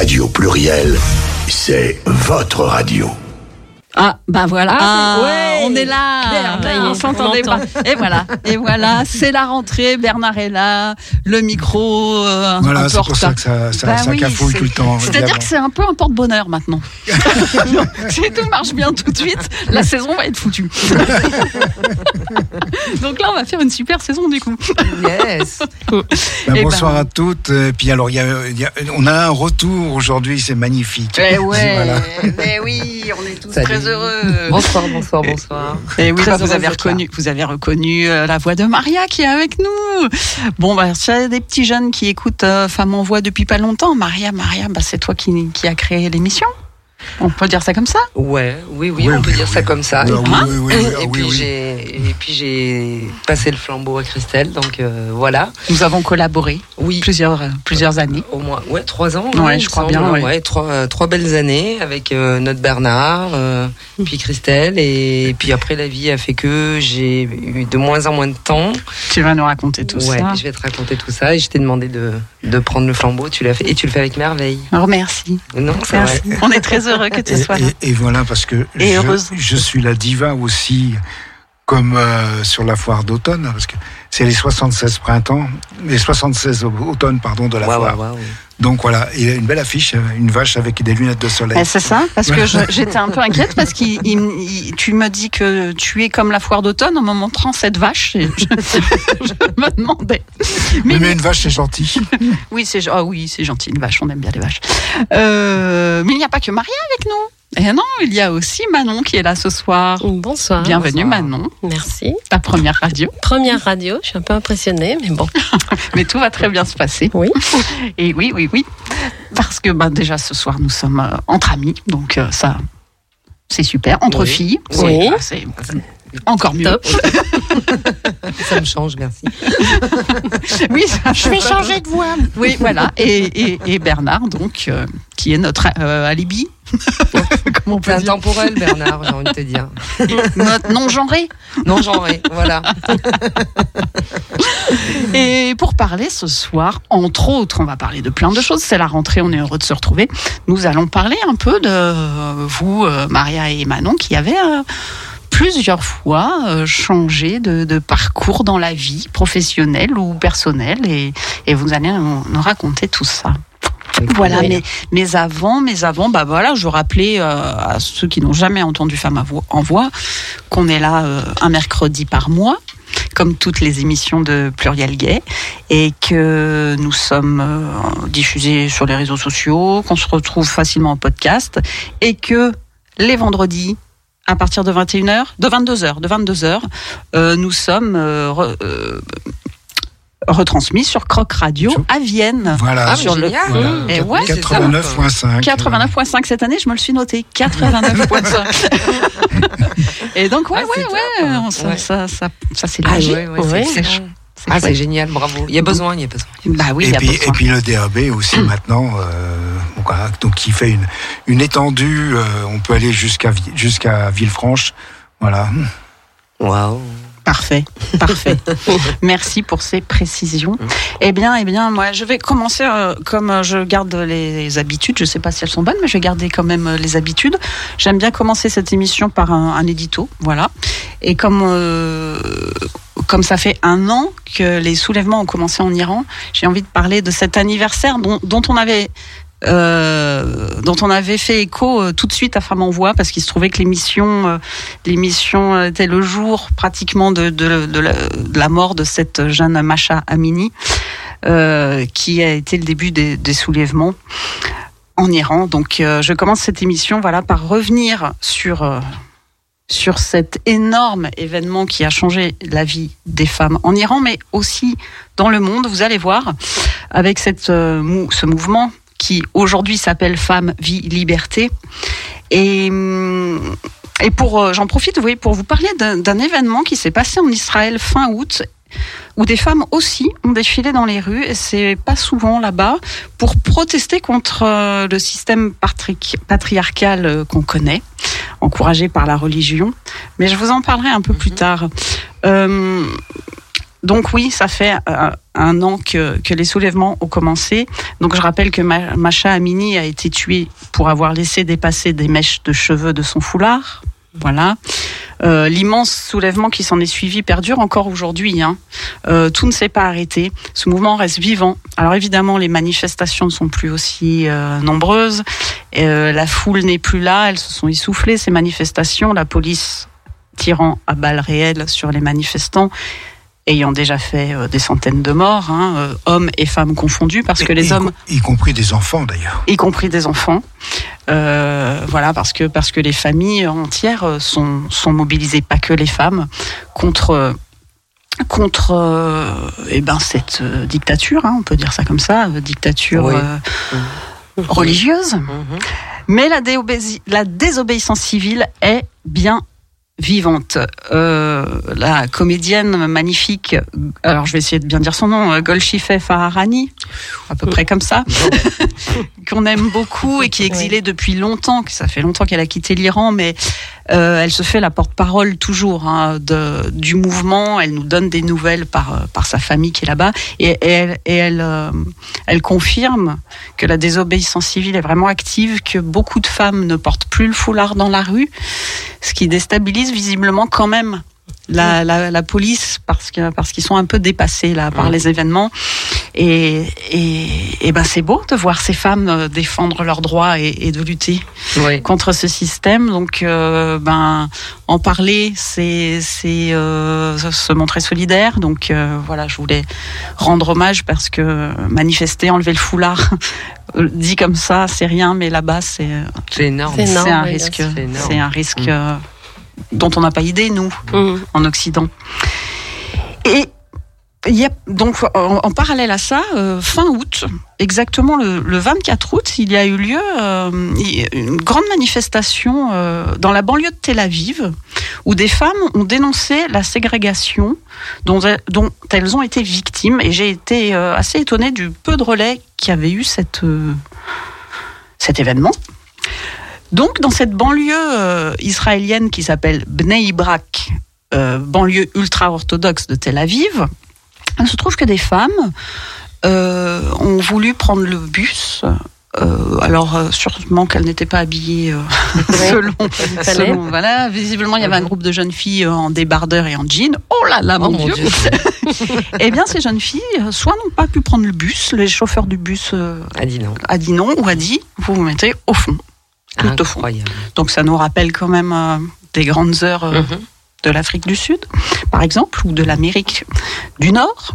Radio Pluriel, c'est votre radio. Ah, bah voilà, ouais. On est là, on s'entendait pas. Et voilà, c'est la rentrée, Bernard est là, le micro voilà, c'est pour ça que ça cafouille tout le temps. C'est-à-dire que c'est un peu un porte-bonheur maintenant. Si tout marche bien tout de suite, la saison va être foutue. Donc là, on va faire une super saison du coup. Yes. Bonsoir à toutes. Et puis alors, on a un retour aujourd'hui, c'est magnifique. Ouais, voilà. Mais oui, on est tous très heureux. Bonsoir. Et oui, vous avez reconnu la voix de Maria qui est avec nous. Bon, s'il y a des petits jeunes qui écoutent Femme en Voix depuis pas longtemps, Maria, c'est toi qui a créé l'émission. On peut dire ça comme ça ? Oui, on peut dire ça comme ça. Et puis j'ai passé le flambeau à Christelle, donc voilà. Nous avons collaboré plusieurs années. Au moins, 3 ans. Ouais, je crois bien. Ouais. Trois belles années avec notre Bernard, puis Christelle, et puis après la vie a fait que j'ai eu de moins en moins de temps. Tu vas nous raconter tout ça. Ouais, je vais te raconter tout ça, et je t'ai demandé de prendre le flambeau. Tu l'as fait, et tu le fais avec merveille. Oh, merci. Non, c'est merci. Vrai. On est très heureux que tu sois là. Et voilà, parce que je suis la diva aussi, comme sur la foire d'automne, parce que c'est les 76 automnes de la foire. Wow. Donc voilà, il y a une belle affiche, une vache avec des lunettes de soleil. C'est ça, parce que j'étais un peu inquiète, parce que tu me dis que tu es comme la foire d'automne en me montrant cette vache. Et je me demandais. Mais une vache, c'est gentil. Oui, c'est gentil, une vache, on aime bien les vaches. Mais il n'y a pas que Maria avec nous. Et non, il y a aussi Manon qui est là ce soir. Bonsoir. Bienvenue Manon. Merci. Ta première radio. Première radio, je suis un peu impressionnée, mais bon. Mais tout va très bien se passer. Oui. Et oui. Parce que déjà ce soir nous sommes entre amis, donc ça c'est super. Entre filles, c'est encore mieux. Top. Ça me change, merci. Oui, je vais changer de voix. Oui, voilà. Et Bernard, donc, qui est notre alibi. Comment on peut dire ? Intemporel, Bernard, j'ai envie de te dire. Notre non-genré. Non-genré, voilà. Et pour parler ce soir, entre autres, on va parler de plein de choses. C'est la rentrée, on est heureux de se retrouver. Nous allons parler un peu de vous, Maria et Manon, qui avaient plusieurs fois changé de parcours dans la vie professionnelle ou personnelle, et vous allez nous raconter tout ça. Voilà, mais avant, je rappelais à ceux qui n'ont jamais entendu Femme en Voix qu'on est là un mercredi par mois, comme toutes les émissions de Pluriel Gay, et que nous sommes diffusés sur les réseaux sociaux, qu'on se retrouve facilement en podcast, et que les vendredis, à partir de 22h, nous sommes retransmis sur Croc Radio à Vienne. Voilà. Sur le 89.5. 89.5 cette année, je me le suis noté. 89.5. Et donc ça c'est logique. C'est génial, bravo. Il y a besoin. Bah oui. Et puis le DAB aussi maintenant, donc qui fait une étendue. On peut aller jusqu'à Villefranche. Voilà. Waouh. Parfait. Merci pour ces précisions. Eh bien, moi, je vais commencer comme je garde les habitudes. Je ne sais pas si elles sont bonnes, mais je vais garder quand même les habitudes. J'aime bien commencer cette émission par un édito, voilà. Et comme ça fait 1 an que les soulèvements ont commencé en Iran, j'ai envie de parler de cet anniversaire dont on avait fait écho tout de suite à Femme en Voix, parce qu'il se trouvait que l'émission était le jour pratiquement de la mort de cette jeune Masha Amini, qui a été le début des soulèvements en Iran. Donc je commence cette émission par revenir sur cet énorme événement qui a changé la vie des femmes en Iran, mais aussi dans le monde. Vous allez voir, avec ce mouvement qui aujourd'hui s'appelle Femmes, Vie, Liberté. Et j'en profite, pour vous parler d'un événement qui s'est passé en Israël fin août, où des femmes aussi ont défilé dans les rues, et c'est pas souvent là-bas, pour protester contre le système patriarcal qu'on connaît, encouragé par la religion. Mais je vous en parlerai un peu plus tard. Donc oui, ça fait un an que les soulèvements ont commencé. Donc je rappelle que Masha Amini a été tuée pour avoir laissé dépasser des mèches de cheveux de son foulard. Voilà. L'immense soulèvement qui s'en est suivi perdure encore aujourd'hui. Tout ne s'est pas arrêté. Ce mouvement reste vivant. Alors évidemment, les manifestations ne sont plus aussi nombreuses. La foule n'est plus là. Elles se sont essoufflées, ces manifestations. La police tirant à balles réelles sur les manifestants, ayant déjà fait des centaines de morts, hommes et femmes confondus, parce que les hommes... Y compris des enfants, d'ailleurs. Y compris des enfants. Voilà, parce que les familles entières sont mobilisées, pas que les femmes, contre cette dictature, on peut dire ça comme ça, dictature religieuse. Mais la désobéissance civile est bien vivante. La comédienne magnifique, alors je vais essayer de bien dire son nom, Golshifteh Farahani, à peu près comme ça, qu'on aime beaucoup et qui est exilée depuis longtemps, que ça fait longtemps qu'elle a quitté l'Iran, mais elle se fait la porte-parole toujours du mouvement. Elle nous donne des nouvelles par sa famille qui est là-bas, et elle confirme que la désobéissance civile est vraiment active, que beaucoup de femmes ne portent plus le foulard dans la rue, ce qui déstabilise visiblement quand même la police, parce qu'ils sont un peu dépassés là par les événements, et ben c'est beau de voir ces femmes défendre leurs droits et de lutter contre ce système. Donc en parler, c'est se montrer solidaire. Donc voilà, je voulais rendre hommage, parce que manifester, enlever le foulard, dit comme ça, c'est rien, mais là-bas c'est énorme. C'est un risque. C'est un risque dont on n'a pas idée, nous, en Occident. Et il y a donc, en parallèle à ça, fin août, exactement le 24 août, il y a eu lieu une grande manifestation dans la banlieue de Tel Aviv, où des femmes ont dénoncé la ségrégation dont elles ont été victimes. Et j'ai été assez étonnée du peu de relais qu'il y avait eu cet événement. Donc, dans cette banlieue israélienne qui s'appelle Bnei Brak, banlieue ultra-orthodoxe de Tel Aviv, il se trouve que des femmes ont voulu prendre le bus. Alors, sûrement qu'elles n'étaient pas habillées selon voilà. Visiblement, il y avait un groupe de jeunes filles en débardeur et en jean. Oh là là, mon Dieu. Eh bien, ces jeunes filles, soit n'ont pas pu prendre le bus, les chauffeurs du bus a dit non, ou a dit, vous mettez au fond. Tout au fond. Donc ça nous rappelle quand même des grandes heures de l'Afrique du Sud, par exemple, ou de l'Amérique du Nord.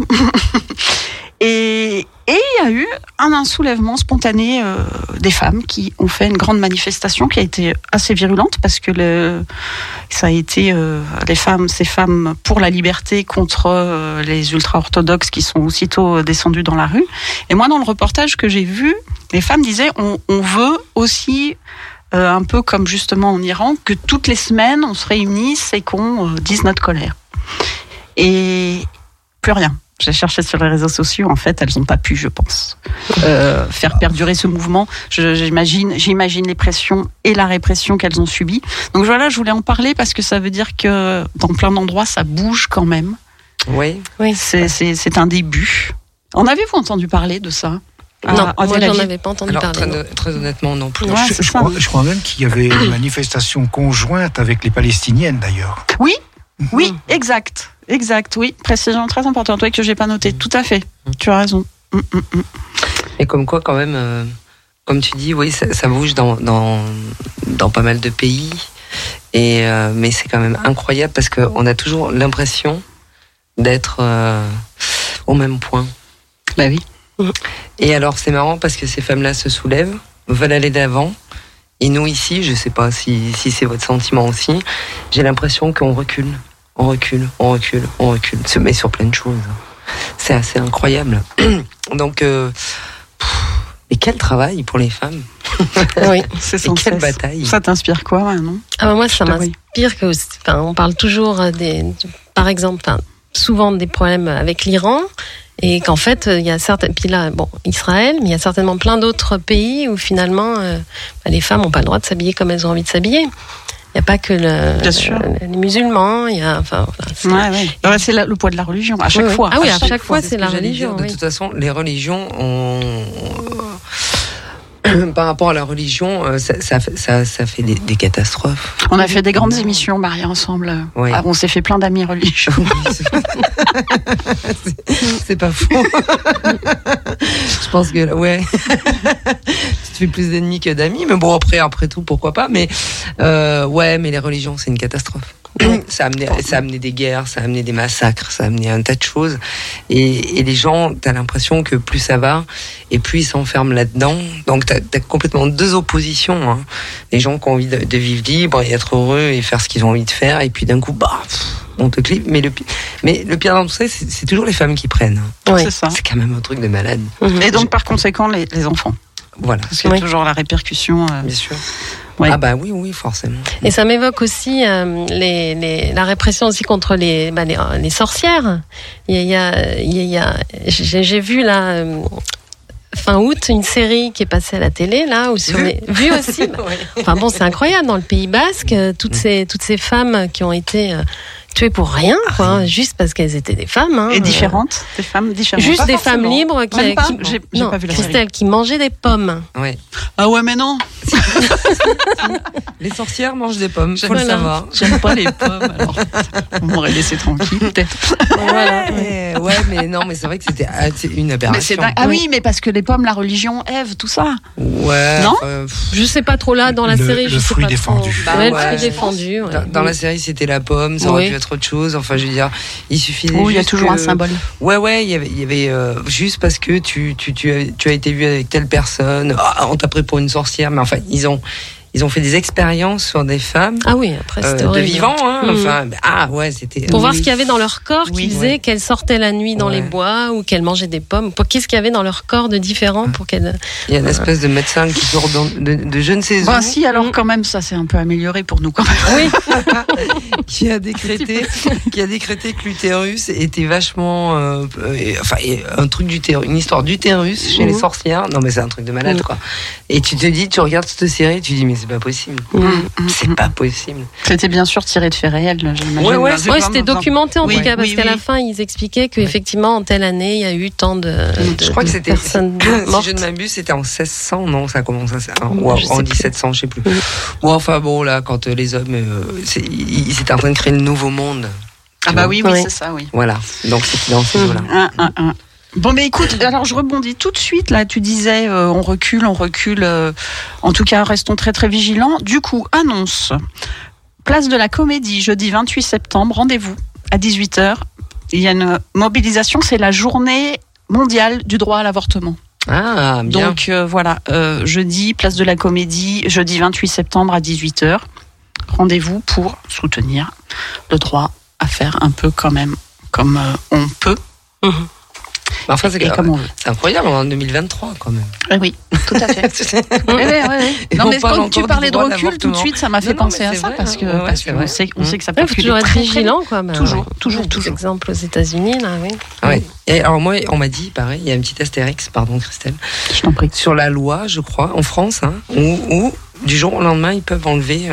Et il y a eu un soulèvement spontané des femmes qui ont fait une grande manifestation qui a été assez virulente, parce que ça a été ces femmes pour la liberté contre les ultra-orthodoxes qui sont aussitôt descendus dans la rue. Et moi, dans le reportage que j'ai vu, les femmes disaient on veut aussi, un peu comme justement en Iran, que toutes les semaines on se réunisse et qu'on dise notre colère. Et plus rien. J'ai cherché sur les réseaux sociaux, en fait, elles n'ont pas pu, je pense, faire perdurer ce mouvement. J'imagine les pressions et la répression qu'elles ont subies. Donc voilà, je voulais en parler parce que ça veut dire que dans plein d'endroits, ça bouge quand même. Oui. C'est un début. En avez-vous entendu parler de ça ? Non, moi j'en avais pas entendu parler. Très honnêtement, non plus. Ouais, je crois même qu'il y avait une manifestation conjointe avec les Palestiniennes, d'ailleurs. Oui, exact, oui. Précision très importante, que j'ai pas noté. Tout à fait, tu as raison. Et comme quoi, quand même, comme tu dis, oui, ça bouge dans pas mal de pays. Mais c'est quand même incroyable, parce qu'on a toujours l'impression d'être au même point. Bah oui. Et alors, c'est marrant, parce que ces femmes-là se soulèvent, veulent aller d'avant. Et nous, ici, je sais pas si c'est votre sentiment aussi, j'ai l'impression qu'on recule. On recule. Mais sur plein de choses. C'est assez incroyable. Donc, mais quel travail pour les femmes. Oui, c'est et quelle bataille. Ça t'inspire quoi, non ? Moi, ça m'inspire que, on parle toujours par exemple, souvent des problèmes avec l'Iran. Et qu'en fait, il y a certains, puis là, Israël, mais il y a certainement plein d'autres pays où finalement, les femmes n'ont pas le droit de s'habiller comme elles ont envie de s'habiller. a pas que Bien sûr. les musulmans. Il y a, enfin, voilà, c'est le poids de la religion à chaque fois. Ah oui, à chaque fois, c'est la ce que j'allais religion. dire. De toute façon, les religions par rapport à la religion, ça fait des catastrophes. On a fait des grandes émissions, Marie, ensemble. Oui. On s'est fait plein d'amis religieux. C'est pas faux. Je pense que ouais, tu te fais plus d'ennemis que d'amis, mais bon après tout pourquoi pas. Mais ouais, mais les religions c'est une catastrophe. Ça a amené des guerres, ça a amené des massacres, ça a amené un tas de choses. Et les gens, t'as l'impression que plus ça va, et plus ils s'enferment là-dedans. Donc t'as complètement deux oppositions. Hein. Les gens qui ont envie de vivre libre et être heureux et faire ce qu'ils ont envie de faire, et puis d'un coup, on te clip. Mais le pire dans tout ça, c'est toujours les femmes qui prennent. Oui. C'est ça. C'est quand même un truc de malade. Et donc par conséquent, les enfants. Voilà. Parce qu'il y a toujours la répercussion. Bien sûr. Ouais. Ah bah oui, forcément. Et ça m'évoque aussi la répression aussi contre les sorcières. J'ai vu là fin août une série qui est passée à la télé là où vu aussi. Enfin bon, c'est incroyable dans le Pays Basque, toutes ces femmes qui ont été tuées pour rien, quoi, juste parce qu'elles étaient des femmes. Hein, et différentes, des femmes différentes. Juste pas des forcément. femmes libres j'ai pas vu la Christelle, série. qui mangeaient des pommes. Ouais. Ah ouais, mais non. Les sorcières mangent des pommes, faut le Voilà. savoir. J'aime pas les pommes, alors on m'aurait laissé tranquille, peut-être. Voilà. Ouais, mais non, mais c'est vrai que c'était une aberration. Mais c'est dingue. Ah oui, mais parce que les pommes, la religion, Ève, tout ça. Ouais. Non Je sais pas trop là dans la série. Le je sais fruit pas défendu. Trop. Ouais, Le fruit je défendu. Ouais. Dans la série, c'était la pomme, ça aurait pu être autre chose. Enfin, je veux dire, il suffisait. Oui, il y a juste toujours que- un symbole. Ouais, il y avait juste parce que tu as été vu avec telle personne, on t'a pris pour une sorcière, mais enfin, ils ont fait des expériences sur des femmes Ah oui, après c'était de horrible. vivants, hein. Mhm. Enfin, ouais, c'était. Pour voir ce qu'il y avait dans leur corps qui faisait Ouais. qu'elles sortaient la nuit dans les bois ou qu'elles mangeaient des pommes. Qu'est-ce qu'il y avait dans leur corps de différent pour qu'elles... Il y a une espèce de médecin qui sort de je ne sais où, Bah si, alors quand même, ça s'est un peu amélioré pour nous quand même. Oui, qui a décrété que l'utérus était vachement, un truc d'utérus, une histoire d'utérus chez les sorcières. Non mais c'est un truc de malade quoi. Et tu te dis, tu regardes cette série, tu dis mais c'est pas possible. C'est pas possible. C'était bien sûr tiré de faits réels, j'imagine. Ouais, ouais, c'était documenté en Oui, tout cas, parce oui, qu'à la oui. fin, ils expliquaient qu'effectivement, en telle année, il y a eu tant de Je crois que c'était, personnes si mortes. je ne m'abuse, c'était en 1600, non, ça commence ou Je sais en plus. 1700, je sais plus. Bon, enfin bon, là, quand les hommes, ils étaient en train de créer le nouveau monde. Ah bah oui, Oui. c'est ça, oui. Voilà, donc c'était dans ces eaux-là. Bon, mais écoute, alors je rebondis tout de suite. Là, tu disais, on recule. En tout cas, restons très, très vigilants. Du coup, annonce. Place de la Comédie, jeudi 28 septembre. Rendez-vous à 18h. Il y a une mobilisation. C'est la journée mondiale du droit à l'avortement. Ah, bien. Donc, voilà. Jeudi, place de la Comédie, jeudi 28 septembre à 18h. Rendez-vous pour soutenir le droit à faire un peu quand même comme on peut. Mais enfin, c'est Et comme on veut. c'est incroyable, en 2023 quand même. Oui, tout à fait. Et Non, on mais parle quand tu encore parlais du de droit recul, tout de d'avortement. suite, ça m'a fait Non, penser mais à c'est ça vrai, parce que ouais, parce c'est qu'on vrai. sait que ça peut Il faut reculer toujours être très, très vigilant, quoi. Toujours. Des exemples aux États-Unis, là, oui. Ouais. Et alors moi, on m'a dit, pareil, il y a un petit astérix, pardon Christelle, Je t'en prie. sur la loi, je crois, en France, hein, où du jour au lendemain, ils peuvent enlever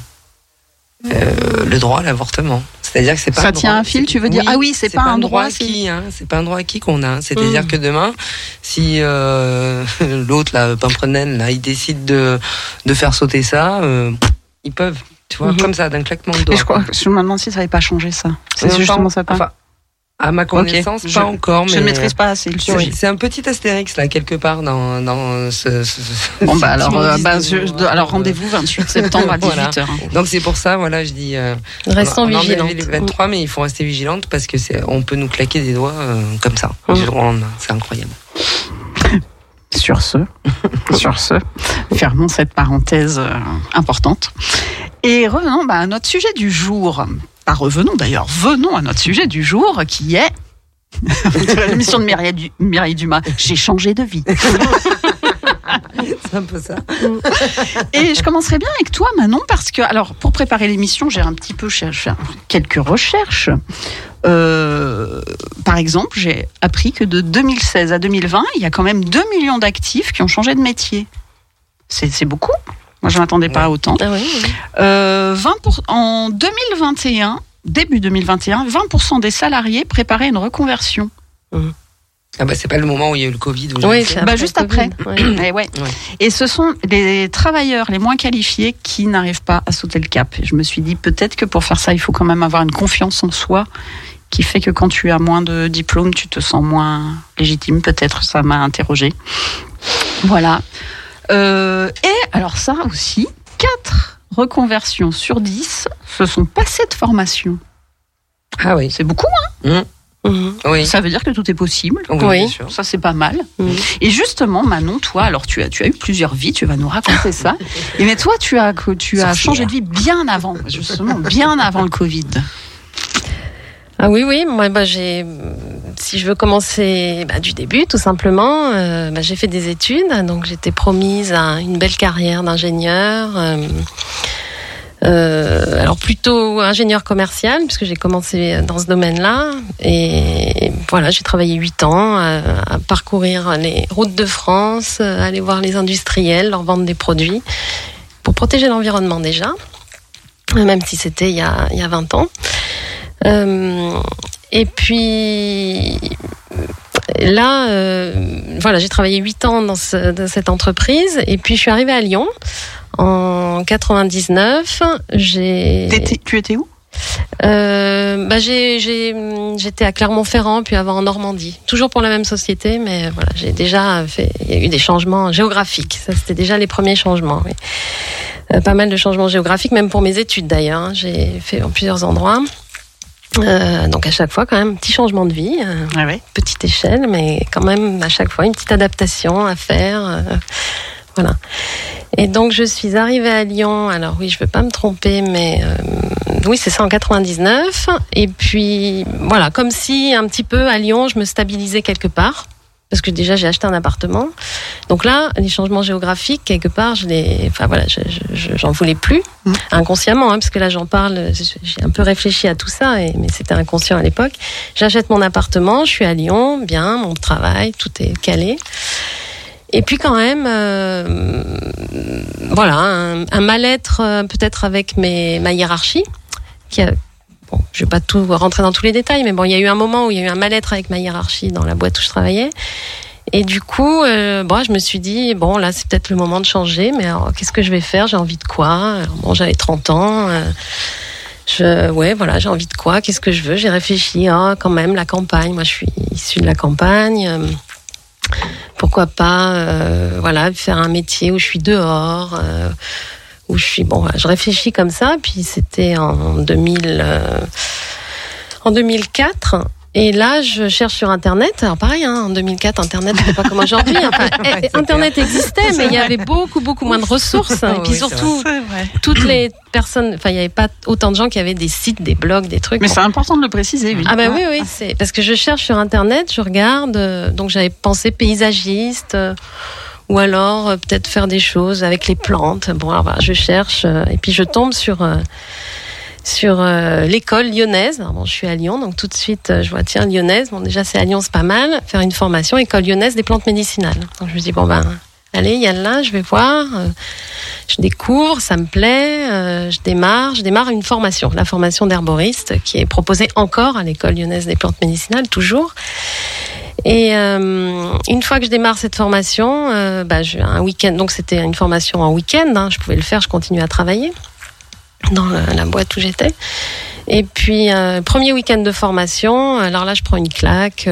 le droit à l'avortement. C'est-à-dire que c'est pas Ça un tient droit, un fil, tu veux dire? Ah oui, c'est pas un droit acquis, hein, c'est pas un droit acquis qu'on a. C'est-à-dire que demain, si l'autre, là, Pimprenel, là, il décide de faire sauter ça, ils peuvent, tu vois, comme ça, d'un claquement de doigts. Mais je me demande si ça n'avait pas changé ça. C'est justement ça. Enfin, à ma connaissance, Ok. pas encore, mais Je ne maîtrise pas assez le sujet. oui, c'est un petit astérix là quelque part dans ce Bon bah ce alors, petit monde alors rendez-vous 28 septembre à 18h. Donc c'est pour ça, voilà, je dis. Restons on a vigilants. enlevé les 23, mais il faut rester vigilantes parce que on peut nous claquer des doigts comme ça. Du jour au lendemain. C'est incroyable. Sur ce, fermons cette parenthèse importante. Et revenons à notre sujet du jour. Pas revenons d'ailleurs, venons à notre sujet du jour qui est l'émission de Mireille Dumas. J'ai changé de vie. C'est un peu ça. Et je commencerai bien avec toi, Manon, parce que, alors, pour préparer l'émission, j'ai un petit peu cherché quelques recherches. Par exemple, j'ai appris que de 2016 à 2020, il y a quand même 2 millions d'actifs qui ont changé de métier. C'est beaucoup. Moi, je m'attendais pas à autant. Ah oui. 20% en 2021, début 2021, 20% des salariés préparaient une reconversion. Ah bah c'est pas le moment où il y a eu le Covid. Oui, c'est Juste après. Et, et ce sont les travailleurs les moins qualifiés qui n'arrivent pas à sauter le cap. Et je me suis dit peut-être que pour faire ça, il faut quand même avoir une confiance en soi qui fait que quand tu as moins de diplômes, tu te sens moins légitime. Peut-être, ça m'a interrogée. Voilà. Et alors ça aussi, 4 reconversions sur 10 se sont passées de formation. Ah oui. C'est beaucoup, hein? Oui. Ça veut dire que tout est possible. Oui, bien sûr. Ça, c'est pas mal. Et justement, Manon, toi, alors tu as eu plusieurs vies, tu vas nous raconter ça. Mais toi, tu as changé de vie bien avant, justement, bien avant le Covid. Ah oui, moi, si je veux commencer du début, tout simplement, j'ai fait des études, donc j'étais promise à une belle carrière d'ingénieur. Alors plutôt ingénieur commercial, puisque j'ai commencé dans ce domaine-là. Et voilà, j'ai travaillé 8 ans à parcourir les routes de France, aller voir les industriels, leur vendre des produits, pour protéger l'environnement déjà, même si c'était il y a 20 ans. Et puis là, voilà, j'ai travaillé 8 ans dans cette entreprise, et puis je suis arrivée à Lyon en 99. Tu étais où? J'étais à Clermont-Ferrand, puis avant en Normandie, toujours pour la même société, mais voilà, j'ai déjà fait. Il y a eu des changements géographiques. Ça, c'était déjà les premiers changements. Oui. Pas mal de changements géographiques, même pour mes études d'ailleurs. Hein. J'ai fait en plusieurs endroits. Donc à chaque fois quand même petit changement de vie, petite échelle, mais quand même à chaque fois une petite adaptation à faire. Voilà. Et donc je suis arrivée à Lyon. Alors oui, je veux pas me tromper, mais oui, c'est ça, en 99. Et puis voilà, comme si un petit peu à Lyon, je me stabilisais quelque part. Parce que déjà j'ai acheté un appartement, donc là les changements géographiques quelque part j'en voulais plus inconsciemment, parce que là j'en parle, j'ai un peu réfléchi à tout ça, mais c'était inconscient à l'époque. J'achète mon appartement, je suis à Lyon, bien, mon travail, tout est calé. Et puis quand même, un mal-être peut-être avec ma hiérarchie qui a. Bon, je ne vais pas tout rentrer dans tous les détails, mais bon, il y a eu un moment où il y a eu un mal-être avec ma hiérarchie dans la boîte où je travaillais. Et du coup, je me suis dit, bon, là, c'est peut-être le moment de changer, mais alors, qu'est-ce que je vais faire? J'ai envie de quoi? Alors, bon, j'avais 30 ans. J'ai envie de quoi? Qu'est-ce que je veux? J'ai réfléchi, quand même, la campagne. Moi, je suis issue de la campagne. Pourquoi pas, faire un métier où je suis dehors, où je suis je réfléchis comme ça, puis c'était en 2004, et là je cherche sur internet. Alors pareil, en 2004 internet c'était pas comme aujourd'hui. Internet existait, mais il y avait beaucoup moins de ressources, et puis surtout toutes les personnes, il y avait pas autant de gens qui avaient des sites, des blogs, des trucs. Mais c'est important de le préciser, oui. Ah oui, c'est parce que je cherche sur internet, je regarde, donc j'avais pensé paysagiste. Ou alors peut-être faire des choses avec les plantes. Bon, alors voilà, je cherche et puis je tombe sur l'école lyonnaise. Alors bon, je suis à Lyon, donc tout de suite je vois lyonnaise. Bon, déjà c'est à Lyon, c'est pas mal. Faire une formation école lyonnaise des plantes médicinales. Donc je me dis allez, il y a là, je vais voir. Je découvre, ça me plaît. Je démarre une formation, la formation d'herboriste qui est proposée encore à l'école lyonnaise des plantes médicinales, toujours. Et une fois que je démarre cette formation, j'ai un week-end. Donc c'était une formation en week-end. Je pouvais le faire, je continuais à travailler dans la boîte où j'étais. Et puis premier week-end de formation. Alors là, je prends une claque.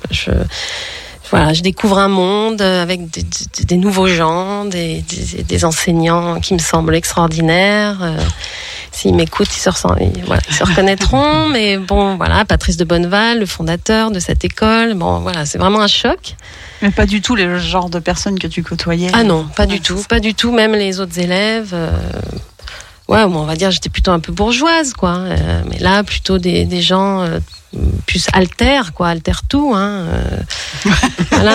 Je découvre un monde avec des nouveaux gens, des enseignants qui me semblent extraordinaires. S'ils m'écoutent, ils se reconnaîtront. Mais Patrice de Bonneval, le fondateur de cette école. C'est vraiment un choc. Mais pas du tout le genre de personnes que tu côtoyais. Ah non, pas du tout. Même les autres élèves. On va dire, j'étais plutôt un peu bourgeoise, quoi. Mais là, plutôt des gens plus alter tout. Voilà,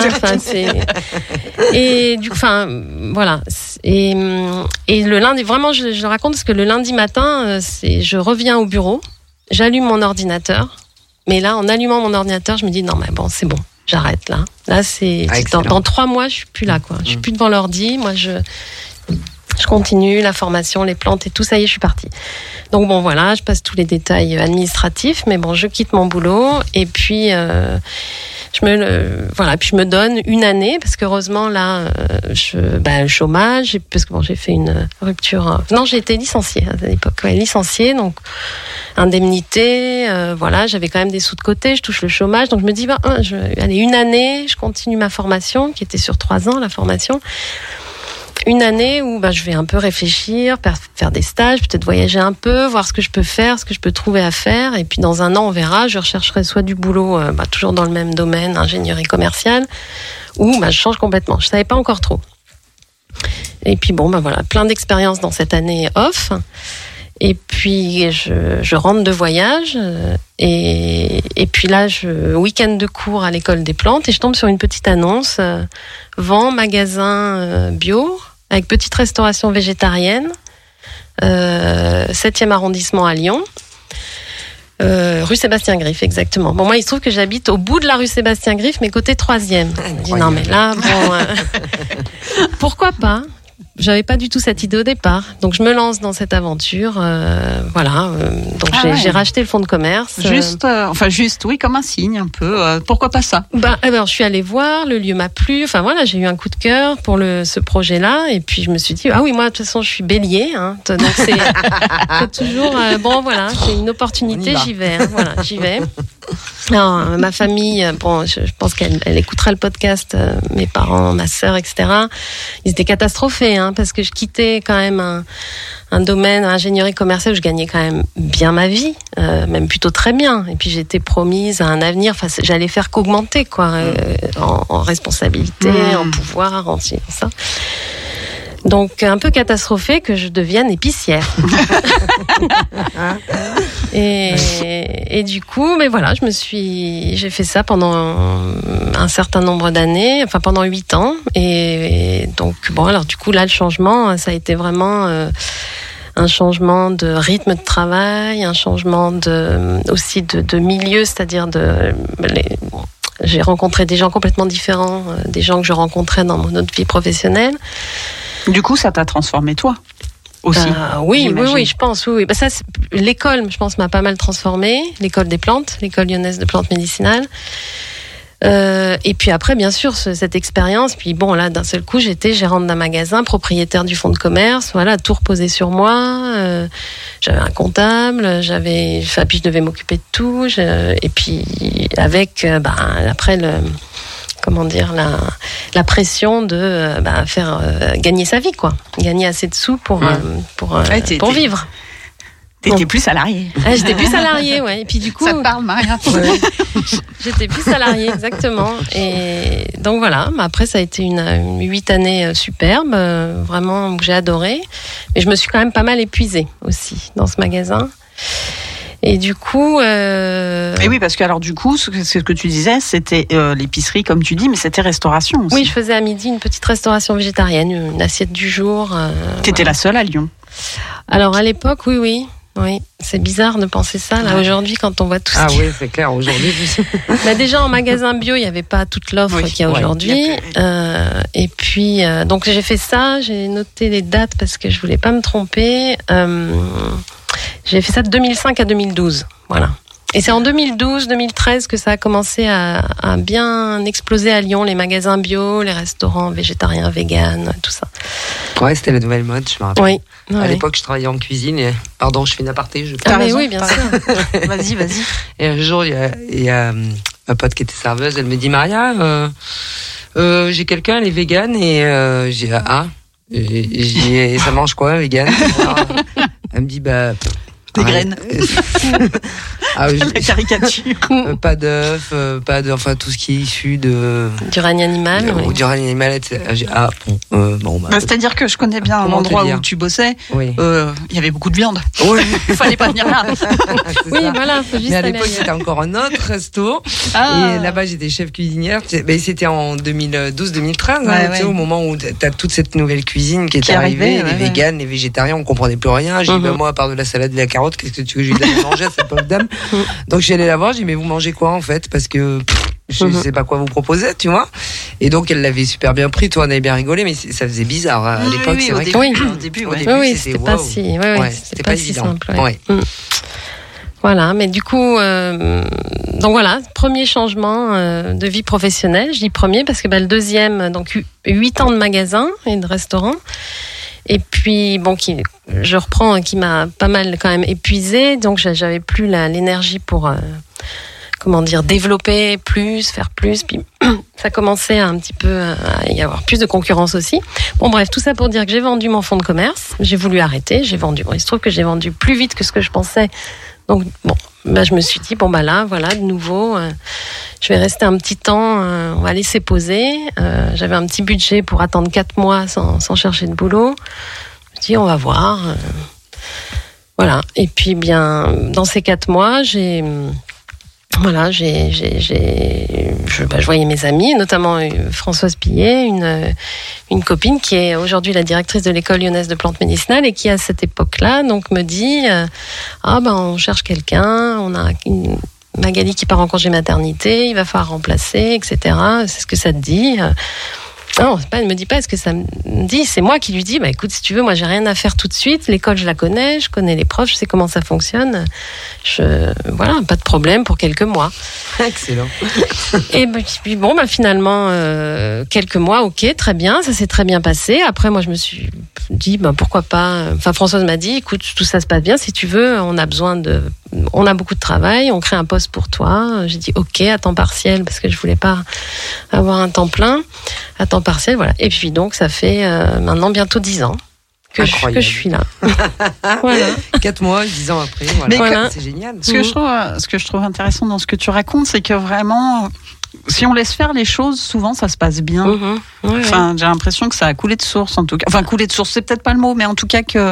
et du coup, voilà. Et le lundi, vraiment, je le raconte parce que le lundi matin, je reviens au bureau, j'allume mon ordinateur. Mais là, en allumant mon ordinateur, je me dis non, mais bon, c'est bon, j'arrête là. Là, dans 3 mois, je suis plus là, quoi. Je suis plus devant l'ordi. Moi, Je continue la formation, les plantes et tout, ça y est, je suis partie. Donc bon, voilà, je passe tous les détails administratifs, mais bon, je quitte mon boulot et puis puis je me donne une année parce qu'heureusement là, le chômage, parce que bon, j'ai fait une rupture. Non, j'ai été licenciée à l'époque, licenciée, donc indemnité, j'avais quand même des sous de côté, je touche le chômage, donc je me dis allez, une année, je continue ma formation qui était sur 3 ans, la formation. Une année où je vais un peu réfléchir, faire des stages, peut-être voyager un peu, voir ce que je peux faire, ce que je peux trouver à faire. Et puis dans un an, on verra, je rechercherai soit du boulot, toujours dans le même domaine, ingénierie commerciale, ou je change complètement. Je savais pas encore trop. Et puis plein d'expériences dans cette année off. Et puis je rentre de voyage et puis là week-end de cours à l'école des plantes et je tombe sur une petite annonce vend magasin bio avec petite restauration végétarienne 7e arrondissement à Lyon, rue Sébastien Griffe exactement. Bon, moi il se trouve que j'habite au bout de la rue Sébastien Griffe mais côté 3e. Je dis non mais là pourquoi pas. J'avais pas du tout cette idée au départ, donc je me lance dans cette aventure. Donc j'ai racheté le fonds de commerce. Juste, oui, comme un signe un peu. Pourquoi pas ça ? Je suis allée voir, le lieu m'a plu. Enfin voilà, j'ai eu un coup de cœur pour ce projet-là, et puis je me suis dit moi de toute façon je suis Bélier, donc c'est toujours c'est une opportunité, j'y vais. J'y vais. Alors, ma famille, je pense qu'elle écoutera le podcast, mes parents, ma sœur, etc. Ils étaient catastrophés, parce que je quittais quand même un domaine, ingénierie commerciale, où je gagnais quand même bien ma vie, même plutôt très bien. Et puis j'étais promise à un avenir, j'allais faire qu'augmenter, en responsabilité, en pouvoir, en ça. Donc un peu catastrophé que je devienne épicière. et du coup, j'ai fait ça pendant un certain nombre d'années, pendant 8 ans. Et donc du coup là, le changement, ça a été vraiment un changement de rythme de travail, un changement aussi de milieu, c'est-à-dire j'ai rencontré des gens complètement différents, des gens que je rencontrais dans mon autre vie professionnelle. Du coup, ça t'a transformé toi aussi. Oui, je pense. Oui. Ça, l'école, je pense, m'a pas mal transformée. L'école des plantes, l'école lyonnaise de plantes médicinales. Et puis après, bien sûr, cette expérience. Puis là, d'un seul coup, j'étais gérante d'un magasin, propriétaire du fonds de commerce. Voilà, tout reposait sur moi. J'avais un comptable, puis je devais m'occuper de tout. Et puis avec, après la pression de faire gagner sa vie, gagner assez de sous pour vivre. T'étais plus salariée. J'étais plus salariée, ouais. Et puis du coup, ça te parle, Maria. J'étais plus salariée, exactement. Et donc voilà. Après, ça a été une 8 années superbes, vraiment où j'ai adoré. Mais je me suis quand même pas mal épuisée aussi dans ce magasin. Et du coup... Et oui, parce que alors du coup, ce que tu disais, c'était l'épicerie, comme tu dis, mais c'était restauration aussi. Oui, je faisais à midi une petite restauration végétarienne, une assiette du jour. T'étais la seule à Lyon ? Alors à l'époque, oui. C'est bizarre de penser ça, là, aujourd'hui, quand on voit tout ça. Ah oui, c'est clair, aujourd'hui. Déjà, en magasin bio, il n'y avait pas toute l'offre qu'il y a aujourd'hui. Et puis, donc j'ai fait ça, j'ai noté les dates parce que je voulais pas me tromper. J'ai fait ça de 2005 à 2012, voilà. Et c'est en 2012-2013 que ça a commencé à bien exploser à Lyon, les magasins bio, les restaurants végétariens, véganes, tout ça. Ouais, c'était la nouvelle mode, je me rappelle. Oui. À l'époque, je travaillais en cuisine et... Pardon, je fais une aparté. Oui, bien sûr. Vas-y. Et un jour, il y a ma pote qui était serveuse, elle me dit, Maria, j'ai quelqu'un, elle est végane, et j'ai dit, et ça mange quoi, végane? Elle me dit, des graines. La caricature. Pas d'œufs, tout ce qui est issu de... Du règne animal. Du règne animal, etc. C'est-à-dire que je connais bien l'endroit où tu bossais. Oui. Il y avait beaucoup de viande. Oui. Il fallait pas venir là. Oui, voilà. Faut juste mais à l'époque, c'était encore un autre resto. Et là-bas, j'étais chef cuisinière. C'était en 2012-2013, au moment où t'as toute cette nouvelle cuisine qui arrivée, les véganes, les végétariens, on comprenait plus rien. J'ai dit, moi, à part de la salade et de la carotte, qu'est-ce que tu veux que je lui donne à manger à cette pauvre dame? Donc je suis allée la voir, j'ai dit, mais vous mangez quoi en fait? Parce que Je sais pas quoi vous proposer, tu vois. Et donc, elle l'avait super bien pris. Toi, on avait bien rigolé, mais ça faisait bizarre. À l'époque, c'est vrai que... Au début, c'était pas si, c'était pas si évident. simple. Voilà, mais du coup, donc voilà, premier changement de vie professionnelle. Je dis premier parce que le deuxième, donc 8 ans de magasin et de restaurant. Et puis, je reprends, qui m'a pas mal quand même épuisée. Donc, j'avais plus l'énergie pour, développer plus, faire plus. Puis, ça commençait un petit peu à y avoir plus de concurrence aussi. Bon, bref, tout ça pour dire que j'ai vendu mon fonds de commerce. J'ai voulu arrêter. Il se trouve que j'ai vendu plus vite que ce que je pensais. Donc, je me suis dit, voilà, de nouveau, je vais rester un petit temps, on va laisser poser. J'avais un petit budget pour attendre 4 mois sans chercher de boulot. Je me suis dit, on va voir. Voilà. Et puis, dans ces 4 mois, je voyais mes amis, notamment Françoise Pillet, une copine qui est aujourd'hui la directrice de l'école lyonnaise de plantes médicinales et qui à cette époque-là donc me dit on cherche quelqu'un, on a Magali qui part en congé maternité, il va falloir remplacer, etc. C'est ce que ça te dit? Non, elle me dit pas ce que ça me dit, c'est moi qui lui dis écoute, si tu veux, moi j'ai rien à faire tout de suite, l'école je la connais, je connais les profs, je sais comment ça fonctionne. Pas de problème pour quelques mois. Excellent. Et puis finalement quelques mois, OK, très bien, ça s'est très bien passé. Après moi je me suis dit pourquoi pas, Françoise m'a dit écoute, tout ça se passe bien, si tu veux, on a beaucoup de travail, on crée un poste pour toi. J'ai dit OK à temps partiel parce que je voulais pas avoir un temps plein, à temps partiel, voilà. Et puis donc ça fait maintenant bientôt 10 ans que je suis là. Voilà. 4 mois, 10 ans après, voilà. C'est génial. Ce que je trouve intéressant dans ce que tu racontes, c'est que vraiment, si on laisse faire les choses, souvent ça se passe bien. J'ai l'impression que ça a coulé de source, en tout cas. Enfin, coulé de source, c'est peut-être pas le mot, mais en tout cas que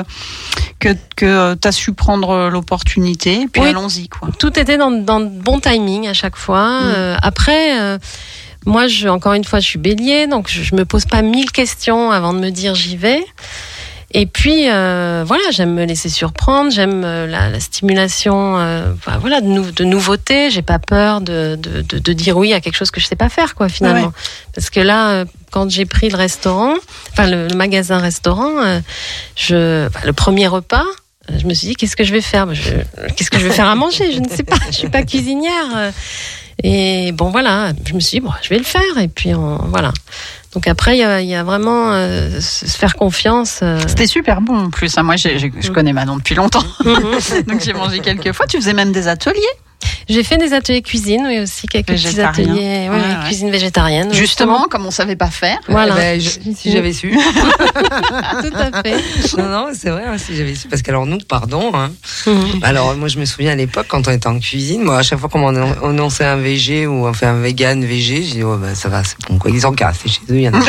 t'as su prendre l'opportunité, et puis allons-y, quoi. Tout était dans le bon timing à chaque fois. Après, moi, encore une fois, je suis bélier, donc je me pose pas 1000 questions avant de me dire j'y vais. Et puis, j'aime me laisser surprendre, j'aime la stimulation, de nouveautés. J'ai pas peur de dire oui à quelque chose que je sais pas faire, quoi, finalement. Parce que là, quand j'ai pris le restaurant, le magasin restaurant, le premier repas, je me suis dit qu'est-ce que je vais faire qu'est-ce que je vais faire à manger? Je ne sais pas, je suis pas cuisinière. Et je me suis dit je vais le faire. Et puis voilà. Donc après, il y a vraiment se faire confiance. C'était super bon en plus. Moi, je connais Manon depuis longtemps. Donc j'ai mangé quelques fois. Tu faisais même des ateliers? J'ai fait des ateliers cuisine, oui, aussi quelques petits ateliers cuisine végétarienne. Justement, comme on savait pas faire. Voilà. Si j'avais su. Tout à fait. Non, c'est vrai, si j'avais su. Parce qu'alors nous, pardon. Alors moi, je me souviens à l'époque, quand on était en cuisine, moi, à chaque fois qu'on annonçait un VG ou on fait un vegan VG, je dis ça va, c'est bon, quoi. Ils ont qu'à, c'est chez eux, il y en a.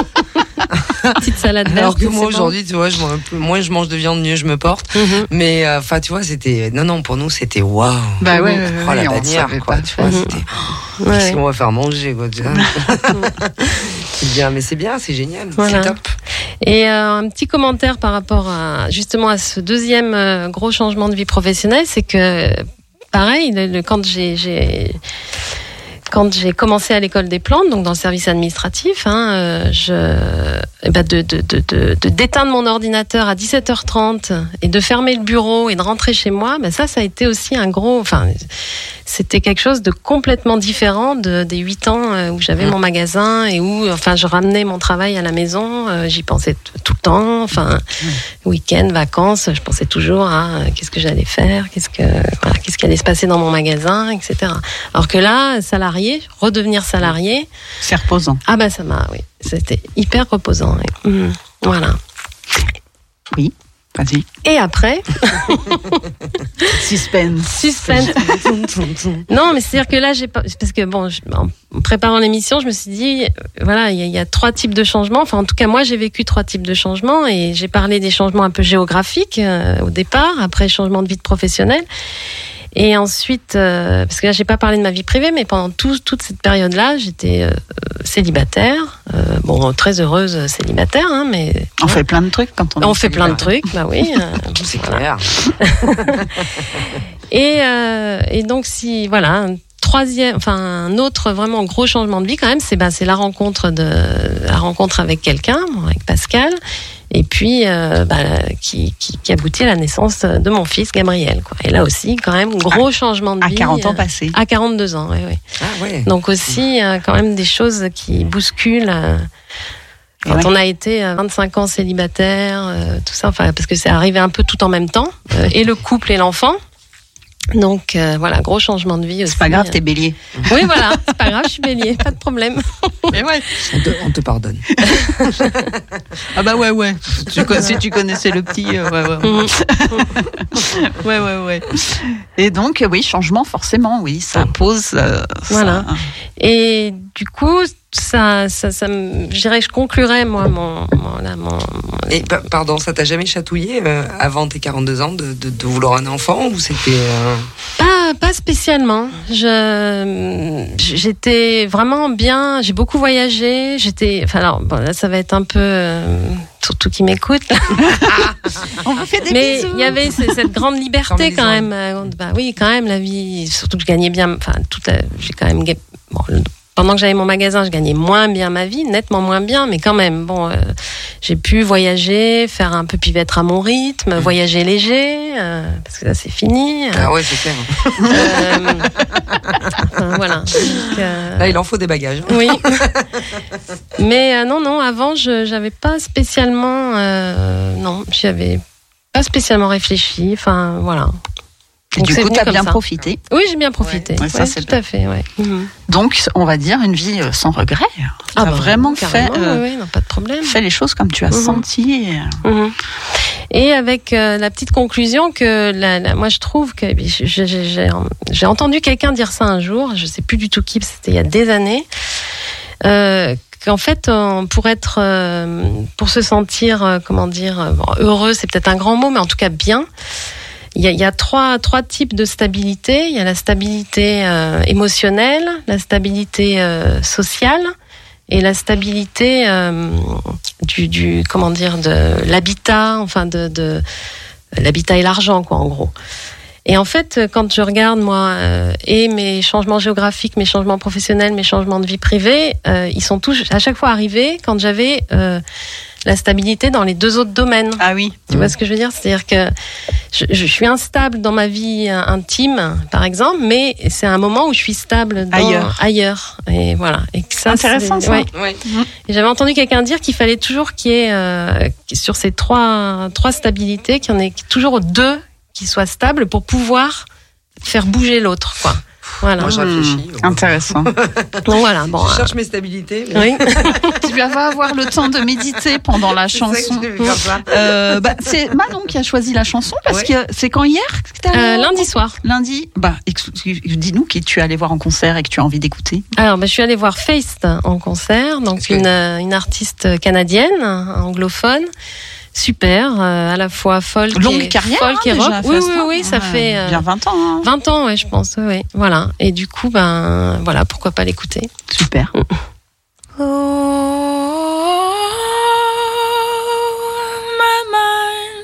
Petite salade verte. Alors que moi aujourd'hui, tu vois, moins je mange de viande, mieux je me porte. Mais tu vois, c'était pour nous c'était waouh. La bannière, quoi. Tu vois, c'était qu'est-ce qu'on va faire manger, quoi. C'est bien, mais c'est bien, c'est génial, c'est top. Et un petit commentaire par rapport à ce deuxième gros changement de vie professionnelle, c'est que pareil, quand j'ai commencé à l'école des plantes, donc dans le service administratif, de d'éteindre mon ordinateur à 17h30 et de fermer le bureau et de rentrer chez moi, ça a été aussi c'était quelque chose de complètement différent des 8 ans où j'avais mon magasin et où, je ramenais mon travail à la maison, j'y pensais tout le temps, week-end, vacances, je pensais toujours à qu'est-ce que j'allais faire, qu'est-ce qui allait se passer dans mon magasin, etc. Alors que là, redevenir salarié, c'est reposant. C'était hyper reposant. Voilà. Oui, vas-y. Et après, suspense. Non, mais c'est-à-dire que là, parce que en préparant l'émission, je me suis dit, il y a 3 types de changements. En tout cas, moi, j'ai vécu 3 types de changements et j'ai parlé des changements un peu géographiques au départ, après changement de vie professionnelle. Et ensuite, parce que là, j'ai pas parlé de ma vie privée, mais pendant toute cette période-là, j'étais célibataire. Très heureuse célibataire, mais... On fait plein de trucs quand on fait plein de trucs, oui. C'est clair. Et donc, un autre vraiment gros changement de vie quand même, c'est la rencontre avec quelqu'un, avec Pascal, et puis qui aboutit à la naissance de mon fils Gabriel, quoi. Et là aussi quand même gros changement de vie. À 40 ans passés. À 42 ans, oui. Ah ouais. Donc aussi quand même des choses qui bousculent. Quand on a été 25 ans célibataire, tout ça, parce que c'est arrivé un peu tout en même temps, et le couple et l'enfant. Donc voilà, gros changement de vie aussi. C'est pas grave, t'es bélier. Oui, voilà, c'est pas grave, je suis bélier, pas de problème. Mais ouais. On te pardonne. Ah bah ouais. Si tu connaissais le petit, ouais. Et donc, oui, changement, forcément, oui, ça pose. Voilà. Ça... Et du coup, je dirais que je conclurais, moi, mon... Et pardon, ça t'a jamais chatouillé avant tes 42 ans de vouloir un enfant, ou c'était... Pas spécialement. J'étais vraiment bien. J'ai beaucoup voyagé. Là, ça va être un peu surtout qui m'écoute. On vous fait des Mais bisous. il y avait cette grande liberté quand même. Oui, quand même la vie. Surtout que je gagnais bien. J'ai quand même. Pendant que j'avais mon magasin, je gagnais moins bien ma vie, nettement moins bien, mais quand même, j'ai pu voyager, faire un peu pivêtre à mon rythme, voyager léger, parce que ça c'est fini. Ah ouais, c'est clair. Voilà. Donc, là, il en faut des bagages. Oui. Mais non, avant, j'avais pas spécialement, j'y avais pas spécialement réfléchi. Enfin, voilà. Et du coup, tu as bien profité. Oui, j'ai bien profité. Ouais, ça, c'est tout à fait. Ouais. Donc, on va dire une vie sans regret. Tu as vraiment fait, non, pas de problème. Fait les choses comme tu as senti. Et avec la petite conclusion que moi, je trouve que j'ai entendu quelqu'un dire ça un jour. Je sais plus du tout qui, c'était il y a des années. Qu'en fait, pour se sentir, heureux, c'est peut-être un grand mot, mais en tout cas bien. Il y a trois types de stabilité. Il y a la stabilité émotionnelle, la stabilité sociale et la stabilité de l'habitat, de l'habitat et l'argent, quoi, en gros. Et en fait, quand je regarde, moi, et mes changements géographiques, mes changements professionnels, mes changements de vie privée, ils sont tous à chaque fois arrivés quand j'avais la stabilité dans les deux autres domaines. Ah oui. Tu vois ce que je veux dire ? C'est-à-dire que je suis instable dans ma vie intime, par exemple, mais c'est un moment où je suis stable ailleurs. Et voilà. Et que ça, intéressant, ça. Ouais. Et j'avais entendu quelqu'un dire qu'il fallait toujours qu'il y ait, sur ces trois stabilités, qu'il y en ait toujours deux qui soient stables pour pouvoir faire bouger l'autre, quoi. Voilà. Moi, je réfléchis. Intéressant. Donc voilà. Bon, je cherche mes stabilités. Oui. Tu vas avoir le temps de méditer pendant la chanson. C'est Manon qui a choisi la chanson parce que c'est quand hier lundi soir. Lundi. Dis-nous qui tu es allé voir en concert et que tu as envie d'écouter. Alors, je suis allée voir Feist en concert, donc une artiste canadienne, anglophone. Super, à la fois folk longue carrière, folk et rock. Oui, ça fait bien 20 ans. Hein. 20 ans, ouais, je pense. Oui, voilà. Et du coup, voilà, pourquoi pas l'écouter. Super. Oh, my mind,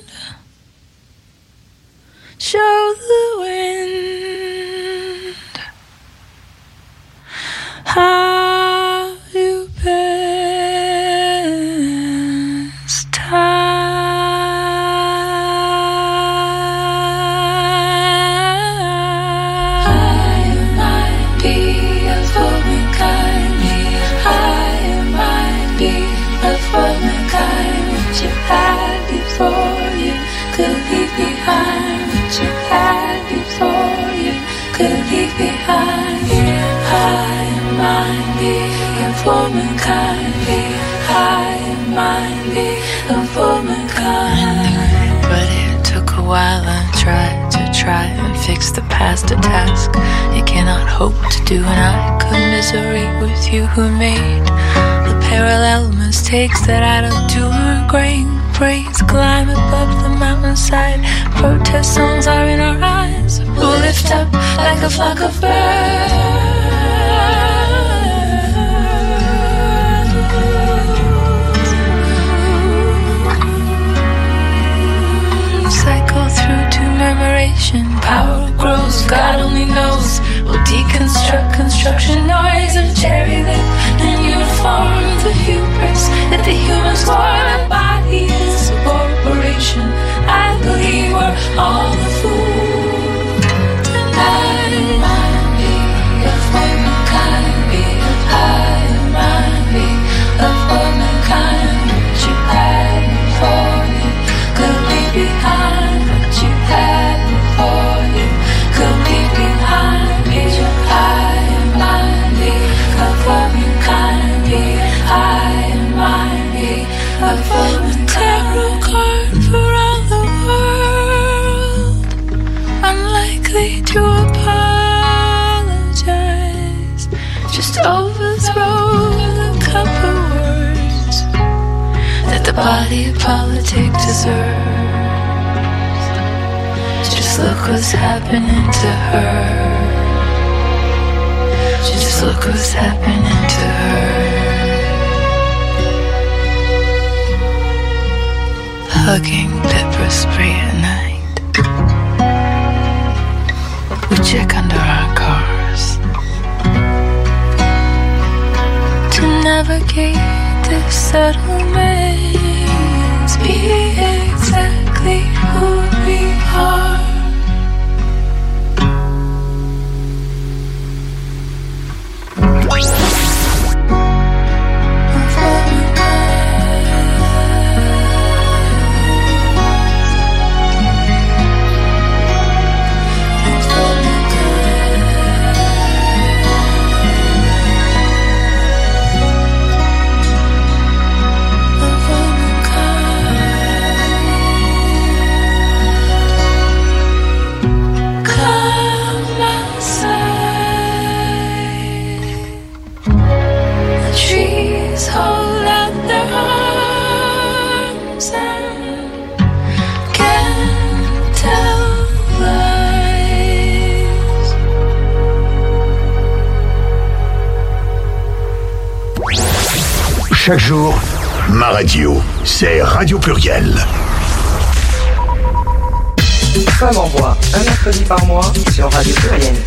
show the wind how you best time. But it took a while. I tried to and fix the past a task you cannot hope to do, and I commiserate with you who made the parallel mistakes that add up to our great praise. Climb above the mountainside, protest songs are in our eyes. We'll lift up like a flock of birds. Cycle through to murmuration ocean. Power grows, God only knows. We'll deconstruct construction noise of cherry lip and uniform. The hubris that the humans wore. The body is a corporation. I believe we're all the fools. Tonight, remind me of what mankind be. I remind me of what mankind what you had before you. Could leave behind what you had before you. Could leave behind me. I remind me of what mankind be. I remind me of what mankind. Tarot card for all the world. Unlikely to apologize. Just overthrow the cup of words that the body politic deserves. Just look what's happening to her. Just look what's happening to her. Hugging pepper spray at night. We check under our cars to navigate the settlements. Be exactly who we are. Chaque jour, ma radio, c'est Radio Pluriel. Femme en voix, un mercredi par mois sur Radio Pluriel.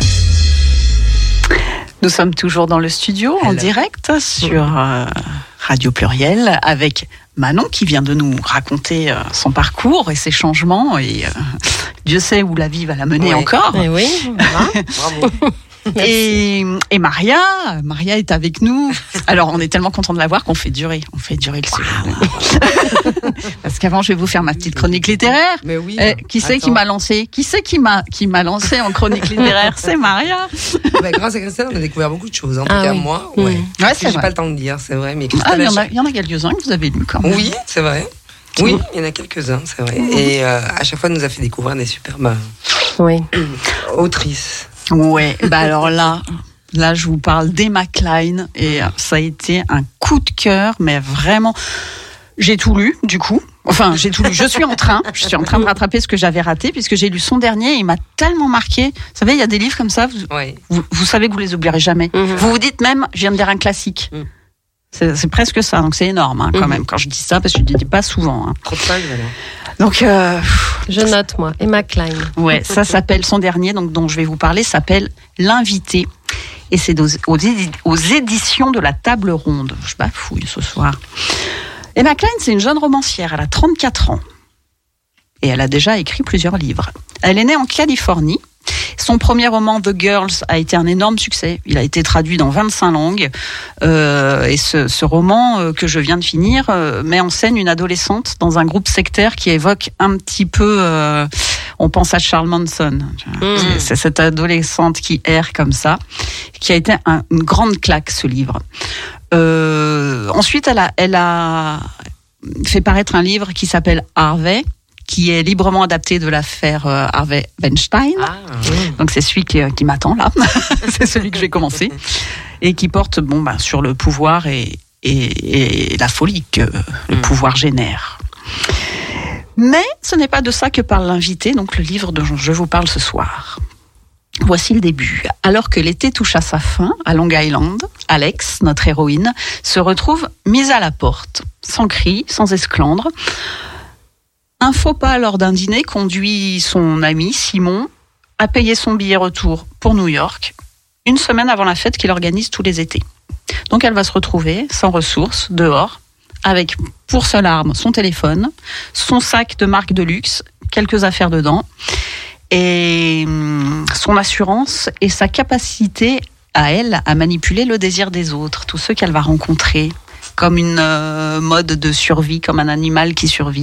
Nous sommes toujours dans le studio, en direct, sur Radio Pluriel, avec Manon qui vient de nous raconter son parcours et ses changements. Et Dieu sait où la vie va la mener encore. Et oui, voilà. Bravo. Et Maria est avec nous. Alors, on est tellement content de la voir qu'on fait durer le sujet. Parce qu'avant, je vais vous faire ma petite chronique littéraire. Mais oui. Qui c'est qui m'a lancé lancé en chronique littéraire? C'est Maria. Bah, grâce à Christelle, on a découvert beaucoup de choses. En tout cas, oui. moi, Ouais, c'est j'ai vrai. pas le temps de lire, c'est vrai. Mais Il Christelle, y en a quelques-uns que vous avez lus quand même. oui, c'est vrai. Oui, il y en a quelques-uns, c'est vrai. Et à chaque fois, elle nous a fait découvrir des superbes Oui. autrices. Ouais, bah alors là, je vous parle d'Emma Cline et ça a été un coup de cœur, mais vraiment, j'ai tout lu du coup. Enfin, j'ai tout lu. Je suis en train de rattraper ce que j'avais raté puisque j'ai lu son dernier. Et il m'a tellement marqué. Vous savez, il y a des livres comme ça. Vous savez que vous les oublierez jamais. Mm-hmm. Vous vous dites même, je viens de lire un classique. Mm. C'est presque ça. Donc c'est énorme quand même quand je dis ça parce que je ne le dis pas souvent. Trop de pages, alors. Donc Je note, moi. Emma Cline. ouais, ça s'appelle son dernier, donc dont je vais vous parler, s'appelle L'invité. Et c'est aux éditions de la Table Ronde. Je bafouille ce soir. Emma Cline, c'est une jeune romancière. Elle a 34 ans. Et elle a déjà écrit plusieurs livres. Elle est née en Californie. Son premier roman, The Girls, a été un énorme succès. Il a été traduit dans 25 langues. Et ce roman que je viens de finir met en scène une adolescente dans un groupe sectaire qui évoque un petit peu... on pense à Charles Manson. C'est cette adolescente qui erre comme ça, qui a été une grande claque, ce livre. Ensuite, elle a fait paraître un livre qui s'appelle Harvey, qui est librement adapté de l'affaire Harvey Weinstein. Donc c'est celui qui m'attend là, c'est celui que je vais commencer, et qui porte sur le pouvoir et la folie que le pouvoir génère. Mais ce n'est pas de ça que parle l'invité, donc le livre dont je vous parle ce soir. Voici le début. Alors que l'été touche à sa fin, à Long Island, Alex, notre héroïne, se retrouve mise à la porte, sans cri, sans esclandre. Un faux pas lors d'un dîner conduit son ami Simon a payé son billet retour pour New York, une semaine avant la fête qu'il organise tous les étés. Donc elle va se retrouver sans ressources, dehors, avec pour seule arme son téléphone, son sac de marque de luxe, quelques affaires dedans, et son assurance et sa capacité à elle à manipuler le désir des autres, tous ceux qu'elle va rencontrer, comme une mode de survie, comme un animal qui survit.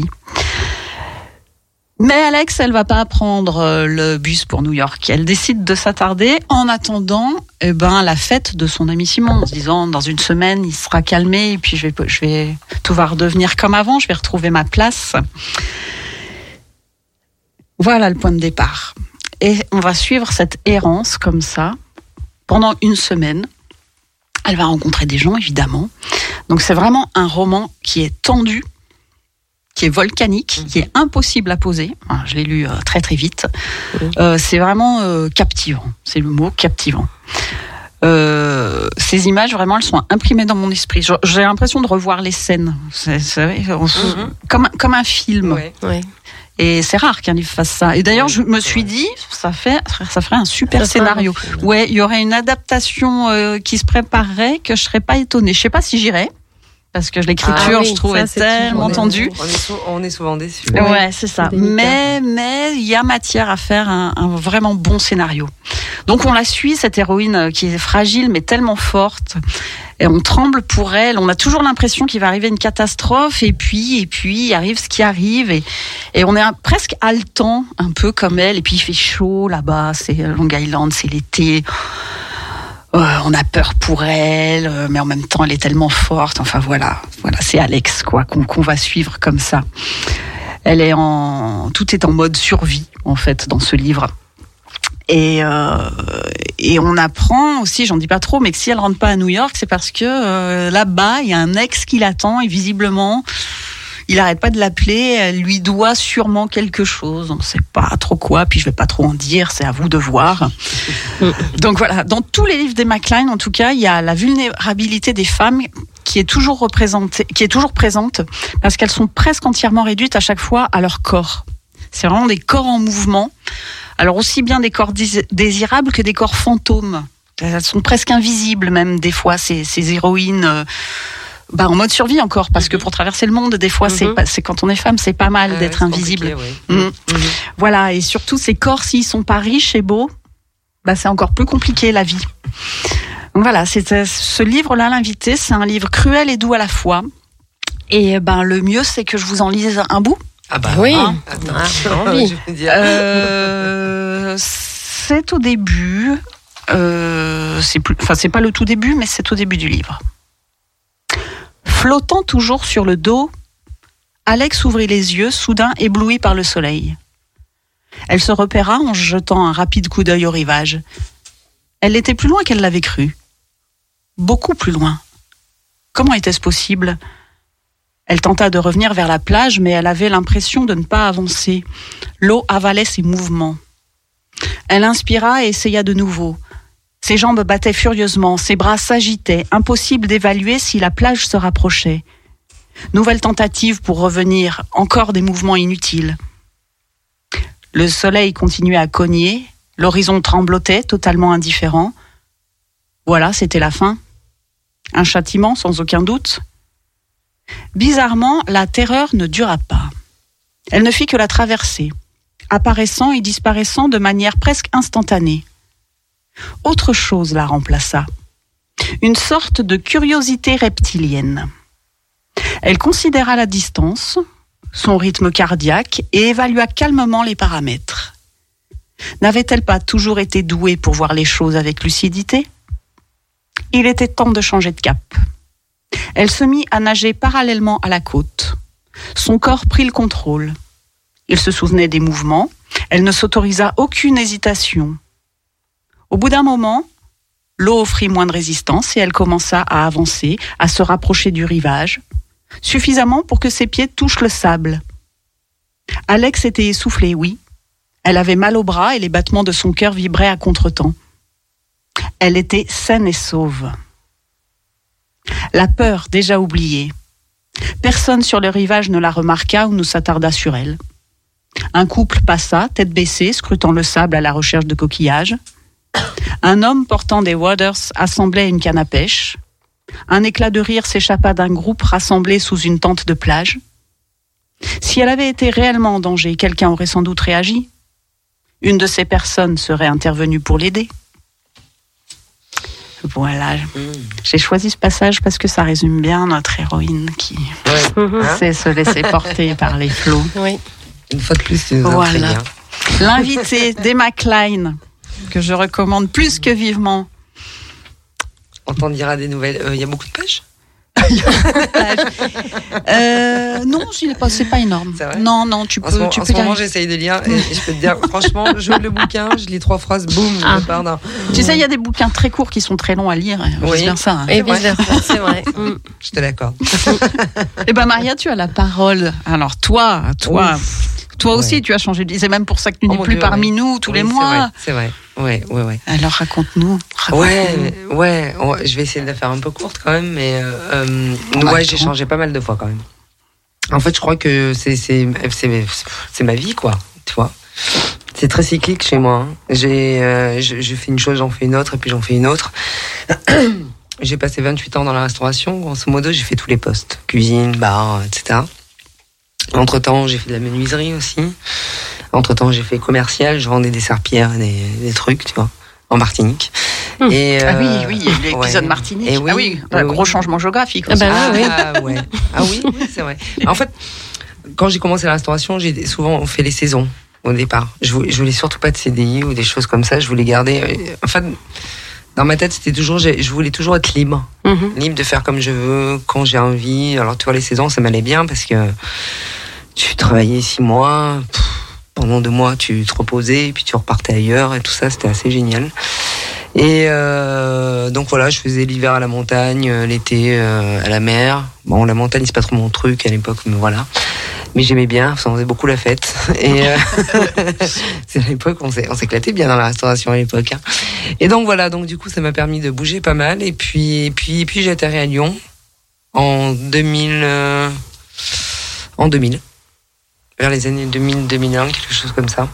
Mais Alex, elle va pas prendre le bus pour New York. Elle décide de s'attarder en attendant la fête de son ami Simon, en se disant dans une semaine il sera calmé et puis je vais tout va redevenir comme avant, je vais retrouver ma place. Voilà le point de départ. Et on va suivre cette errance comme ça pendant une semaine. Elle va rencontrer des gens évidemment. Donc c'est vraiment un roman qui est tendu, qui est volcanique, qui est impossible à poser. Je l'ai lu très très vite. C'est vraiment captivant. C'est le mot, captivant. Ces images, vraiment, elles sont imprimées dans mon esprit. J'ai l'impression de revoir les scènes. Comme un film. Ouais. Et c'est rare qu'un livre fasse ça. Et d'ailleurs, je me suis dit, ça ferait un super scénario. Ouais, il y aurait une adaptation qui se préparerait que je serais pas étonnée. Je sais pas si j'irais. Parce que l'écriture, je trouvais tellement tendue. On est souvent déçus. Ouais, c'est ça. Mais il y a matière à faire un vraiment bon scénario. Donc on la suit, cette héroïne qui est fragile mais tellement forte. Et on tremble pour elle. On a toujours l'impression qu'il va arriver une catastrophe. Et puis il arrive ce qui arrive. Et on est presque haletant, un peu comme elle. Et puis il fait chaud là-bas. C'est Long Island, c'est l'été. On a peur pour elle, mais en même temps, elle est tellement forte. Enfin voilà, c'est Alex quoi qu'on va suivre comme ça. Tout est en mode survie en fait dans ce livre. Et on apprend aussi, j'en dis pas trop, mais que si elle rentre pas à New York, c'est parce que là-bas, il y a un ex qui l'attend et visiblement, il arrête pas de l'appeler. Elle lui doit sûrement quelque chose. On sait pas trop quoi. Puis je vais pas trop en dire. C'est à vous de voir. Donc voilà. Dans tous les livres d'Emma Cline, en tout cas, il y a la vulnérabilité des femmes qui est toujours représentée, qui est toujours présente, parce qu'elles sont presque entièrement réduites à chaque fois à leur corps. C'est vraiment des corps en mouvement. Alors aussi bien des corps désirables que des corps fantômes. Elles sont presque invisibles même des fois ces héroïnes. En mode survie encore, parce que pour traverser le monde, des fois, c'est quand on est femme, c'est pas mal d'être invisible. Voilà, et surtout, ces corps, s'ils sont pas riches et beaux, c'est encore plus compliqué, la vie. Donc voilà, ce livre-là, L'invité, c'est un livre cruel et doux à la fois. Et le mieux, c'est que je vous en lise un bout. Oui. C'est au début, c'est pas le tout début, mais c'est au début du livre. Flottant toujours sur le dos, Alex ouvrit les yeux, soudain ébloui par le soleil. Elle se repéra en jetant un rapide coup d'œil au rivage. Elle était plus loin qu'elle l'avait cru. Beaucoup plus loin. Comment était-ce possible ? Elle tenta de revenir vers la plage, mais elle avait l'impression de ne pas avancer. L'eau avalait ses mouvements. Elle inspira et essaya de nouveau. Ses jambes battaient furieusement, ses bras s'agitaient, impossible d'évaluer si la plage se rapprochait. Nouvelle tentative pour revenir, encore des mouvements inutiles. Le soleil continuait à cogner, l'horizon tremblotait, totalement indifférent. Voilà, c'était la fin. Un châtiment, sans aucun doute. Bizarrement, la terreur ne dura pas. Elle ne fit que la traverser, apparaissant et disparaissant de manière presque instantanée. Autre chose la remplaça. Une sorte de curiosité reptilienne. Elle considéra la distance, son rythme cardiaque et évalua calmement les paramètres. N'avait-elle pas toujours été douée pour voir les choses avec lucidité ? Il était temps de changer de cap. Elle se mit à nager parallèlement à la côte. Son corps prit le contrôle. Il se souvenait des mouvements. Elle ne s'autorisa aucune hésitation. Au bout d'un moment, l'eau offrit moins de résistance et elle commença à avancer, à se rapprocher du rivage, suffisamment pour que ses pieds touchent le sable. Alex était essoufflée, oui. Elle avait mal au bras et les battements de son cœur vibraient à contretemps. Elle était saine et sauve. La peur, déjà oubliée. Personne sur le rivage ne la remarqua ou ne s'attarda sur elle. Un couple passa, tête baissée, scrutant le sable à la recherche de coquillages. Un homme portant des waders assemblait une canne à pêche. Un éclat de rire s'échappa d'un groupe rassemblé sous une tente de plage. Si elle avait été réellement en danger, quelqu'un aurait sans doute réagi. Une de ces personnes serait intervenue pour l'aider. Voilà, j'ai choisi ce passage parce que ça résume bien notre héroïne qui sait se laisser porter par les flots. Oui. Une fois de plus, tu nous as très bien. L'invité d'Emma Cline, que je recommande plus que vivement. On t'en dira des nouvelles. Il y a beaucoup de pages? Non, c'est pas énorme. Non, tu peux. En ce moment, j'essaye de lire et je peux te dire, franchement, j'ouvre le bouquin, je lis 3 phrases, boum, je pars dans. Tu sais, il y a des bouquins très courts qui sont très longs à lire. Oui, bien ça. Hein. Et vice-versa, c'est vrai. Je te l'accorde. Eh ben, Maria, tu as la parole. Alors, toi aussi, tu as changé de vie. C'est même pour ça que tu n'es plus parmi nous tous les mois. C'est vrai. Ouais. Alors, raconte-nous. Ouais. Je vais essayer de la faire un peu courte quand même, mais j'ai changé pas mal de fois quand même. En fait, je crois que c'est ma vie, quoi. Tu vois. C'est très cyclique chez moi. Hein. Je fais une chose, j'en fais une autre, et puis j'en fais une autre. J'ai passé 28 ans dans la restauration. Grosso modo, j'ai fait tous les postes. Cuisine, bar, etc. Entre-temps, j'ai fait de la menuiserie aussi. Entre-temps, j'ai fait commercial. Je vendais des serpillères, des trucs, tu vois, en Martinique. Et, oui, l'épisode Martinique. Gros changement géographique. Oui. Oui, c'est vrai. En fait, quand j'ai commencé la restauration, j'ai souvent fait les saisons au départ. Je voulais surtout pas de CDI ou des choses comme ça. Je voulais garder. En fait, dans ma tête, c'était toujours, je voulais toujours être libre, libre de faire comme je veux, quand j'ai envie. Alors, tu vois, les saisons, ça m'allait bien parce que tu travaillais 6 mois. Pendant 2 mois, tu te reposais, et puis tu repartais ailleurs, et tout ça, c'était assez génial. Et donc voilà, je faisais l'hiver à la montagne, l'été à la mer. Bon, la montagne, c'est pas trop mon truc à l'époque, mais voilà. Mais j'aimais bien, on faisait beaucoup la fête. Et c'est à l'époque, on s'éclatait bien dans la restauration à l'époque. Hein. Et donc voilà, donc du coup, ça m'a permis de bouger pas mal. Et puis j'ai atterri à Lyon en 2000. Vers les années 2000, 2001, quelque chose comme ça.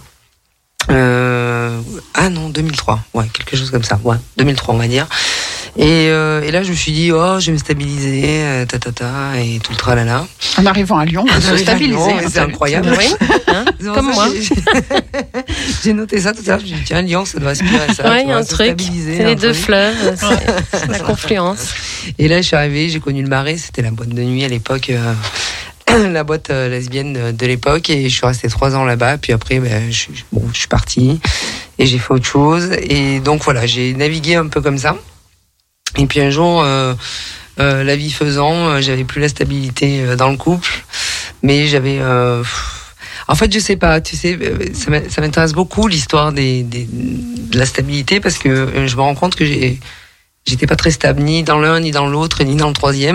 2003, ouais, quelque chose comme ça. Ouais, 2003, on va dire. Et là, je me suis dit, je vais me stabiliser, et tout le tralala. En arrivant à Lyon, on se stabiliser. C'est incroyable. Oui, comme moi. J'ai noté ça tout à l'heure. Je me suis dit, tiens, Lyon, ça doit aspirer ça. Ouais, il y a un truc. C'est les 2 fleuves, c'est la confluence. Et là, je suis arrivée, j'ai connu le Marais. C'était la boîte de nuit à l'époque. La boîte lesbienne de l'époque, et je suis restée 3 ans là-bas. Puis après, je suis partie et j'ai fait autre chose. Et donc voilà, j'ai navigué un peu comme ça. Et puis un jour, la vie faisant, j'avais plus la stabilité dans le couple, mais j'avais. En fait, je sais pas. Tu sais, ça m'intéresse beaucoup l'histoire de la stabilité, parce que je me rends compte que j'étais pas très stable, ni dans l'un, ni dans l'autre, ni dans le troisième.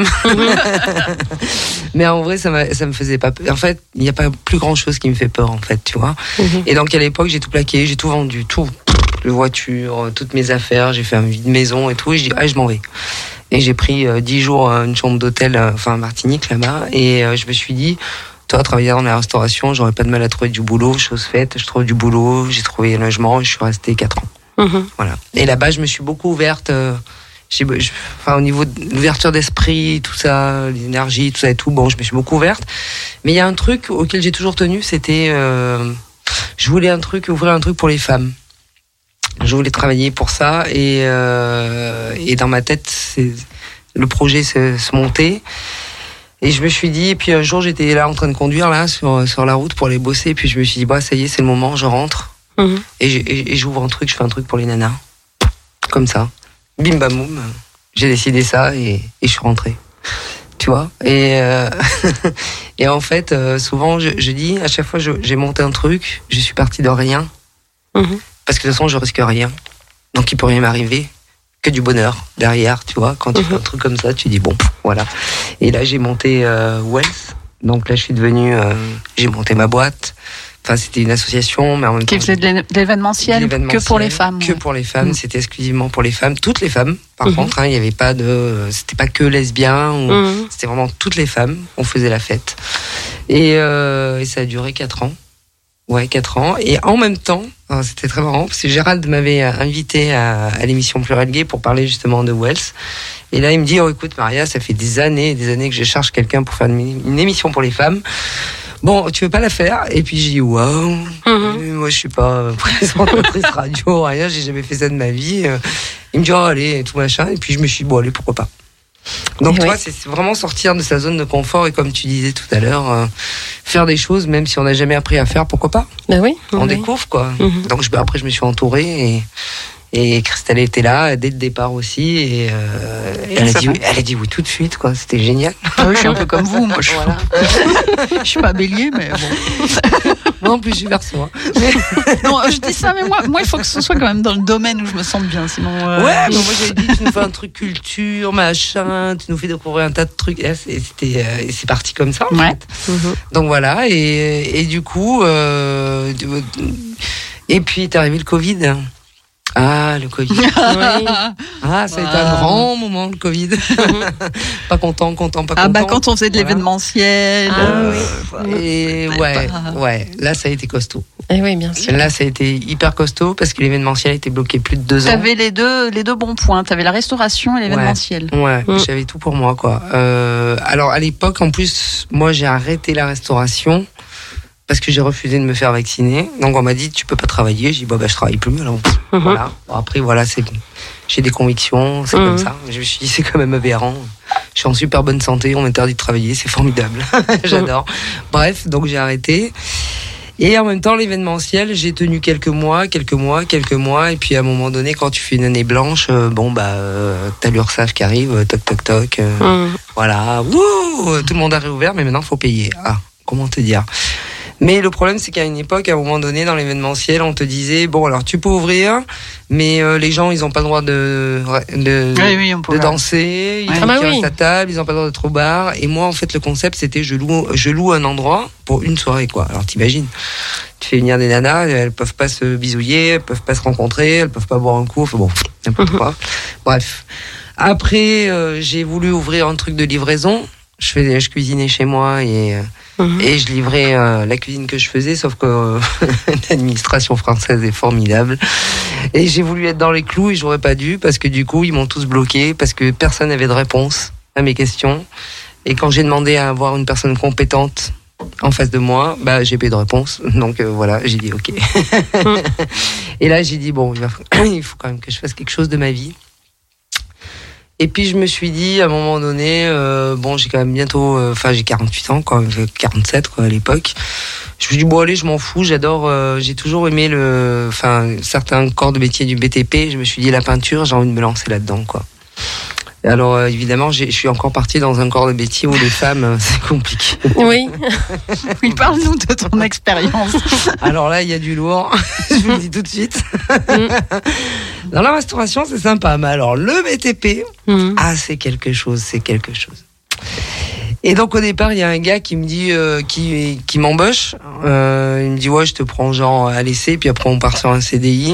Mais en vrai, ça me faisait pas peur. En fait, il n'y a pas plus grand chose qui me fait peur, en fait, tu vois. Et donc, à l'époque, j'ai tout plaqué, j'ai tout vendu, tout. Les voitures, toutes mes affaires, j'ai fait un vide maison et tout. Et je dis, je m'en vais. Et j'ai pris 10 jours une chambre d'hôtel, à Martinique, là-bas. Et je me suis dit, toi, travailler dans la restauration, j'aurais pas de mal à trouver du boulot. Chose faite, je trouve du boulot, j'ai trouvé un logement, et je suis restée 4 ans. Voilà. Et là-bas, je me suis beaucoup ouverte. Au niveau de l'ouverture d'esprit, tout ça, l'énergie, tout ça et tout, je me suis beaucoup ouverte. Mais il y a un truc auquel j'ai toujours tenu, c'était, je voulais ouvrir un truc pour les femmes. Je voulais travailler pour ça, et dans ma tête, le projet se montait. Et je me suis dit, et puis un jour, j'étais là en train de conduire là sur la route pour aller bosser, et puis je me suis dit, ça y est, c'est le moment, je rentre. Et j'ouvre un truc, je fais un truc pour les nanas. Comme ça. Bim bam boum, j'ai décidé ça et je suis rentré. Tu vois. Et en fait, souvent, je dis, à chaque fois, j'ai monté un truc, je suis parti de rien. Parce que de toute façon, je risque rien. Donc, il peut rien m'arriver. Que du bonheur derrière, tu vois. Quand tu fais un truc comme ça, tu dis, voilà. Et là, j'ai monté Wells. Donc là, je suis devenu, j'ai monté ma boîte. Enfin, c'était une association, mais en même temps... Qui faisait de l'événementiel que pour les femmes. Que pour les femmes, c'était exclusivement pour les femmes. Toutes les femmes, par contre, il n'y avait pas de... C'était pas que lesbiens, c'était vraiment toutes les femmes. On faisait la fête. Et ça a duré 4 ans. Ouais, 4 ans. Et en même temps, c'était très marrant, parce que Gérald m'avait invité à l'émission Pluriel Gay pour parler justement de Wells. Et là, il me dit, écoute Maria, ça fait des années que je cherche quelqu'un pour faire une émission pour les femmes. Bon, tu veux pas la faire? Et puis j'ai dit, waouh, moi je suis pas présentatrice radio, rien, j'ai jamais fait ça de ma vie. Il me dit, allez, tout machin. Et puis je me suis dit, bon, allez, pourquoi pas. Donc, tu vois, c'est vraiment sortir de sa zone de confort et comme tu disais tout à l'heure, faire des choses, même si on n'a jamais appris à faire, pourquoi pas? Ben oui. On découvre, quoi. Donc, après, je me suis entourée et Christelle était là dès le départ aussi et elle a dit oui tout de suite, quoi. C'était génial. Oui, je suis un peu comme vous, moi. Je suis pas bélier, mais bon. Moi, en plus, je suis verso. Hein. Non, je dis ça, mais moi, il faut que ce soit quand même dans le domaine où je me sente bien, sinon. Ouais, mais moi j'avais dit, tu nous fais un truc culture, machin, tu nous fais découvrir un tas de trucs. Et c'est parti comme ça, en fait. Donc voilà, et du coup, et puis est arrivé le Covid. Ah, le Covid. Oui. Ah, ça a été un grand moment, le Covid. Pas content, pas content. Ah, bah, quand on faisait de l'événementiel. Et ouais, là, ça a été costaud. Et oui, bien sûr. Là, ça a été hyper costaud parce que l'événementiel a été bloqué plus de 2 ans. T'avais les deux bons points. T'avais la restauration et l'événementiel. Ouais, j'avais tout pour moi, quoi. Alors, à l'époque, en plus, moi, j'ai arrêté la restauration parce que j'ai refusé de me faire vacciner. Donc on m'a dit tu peux pas travailler. J'ai dit je travaille plus. Alors voilà. Bon, après voilà, j'ai des convictions, c'est comme ça. Je me suis dit c'est quand même aberrant. Je suis en super bonne santé, on m'interdit de travailler, c'est formidable. J'adore. Bref, donc j'ai arrêté. Et en même temps l'événementiel, j'ai tenu quelques mois, et puis à un moment donné quand tu fais une année blanche, t'as l'URSSAF qui arrive, toc. Voilà, wouh, tout le monde a réouvert, mais maintenant faut payer. Ah, comment te dire? Mais le problème, c'est qu'à une époque, à un moment donné, dans l'événementiel, on te disait, bon, alors tu peux ouvrir, mais les gens, ils n'ont pas le droit de danser, ils restent à table, ils n'ont pas le droit d'être au bar. Et moi, en fait, le concept, c'était je loue un endroit pour une soirée, quoi. Alors t'imagines, tu fais venir des nanas, elles peuvent pas se bisouiller, elles peuvent pas se rencontrer, elles peuvent pas boire un coup, enfin bon, n'importe quoi. Bref. Après, j'ai voulu ouvrir un truc de livraison. Je cuisinais chez moi et je livrais la cuisine que je faisais, sauf que l'administration française est formidable. Et j'ai voulu être dans les clous et j'aurais pas dû parce que du coup ils m'ont tous bloqué parce que personne n'avait de réponse à mes questions. Et quand j'ai demandé à avoir une personne compétente en face de moi, j'ai pas eu de réponse. Donc voilà, j'ai dit ok. Et là j'ai dit bon, il faut quand même que je fasse quelque chose de ma vie. Et puis je me suis dit à un moment donné, j'ai quand même bientôt, j'ai 48 ans, quoi, 47 quoi à l'époque. Je me suis dit bon allez, je m'en fous, j'adore, j'ai toujours aimé certains corps de métier du BTP. Je me suis dit la peinture, j'ai envie de me lancer là-dedans, quoi. Alors évidemment, je suis encore partie dans un corps de métier où les femmes, c'est compliqué. Oui. Oui, parle-nous de ton expérience. Alors là, il y a du lourd. Je vous le dis tout de suite. Dans la restauration, c'est sympa, mais alors le BTP, c'est quelque chose. Et donc au départ, il y a un gars qui me dit, qui m'embauche. Il me dit ouais, je te prends genre à l'essai, puis après on part sur un CDI.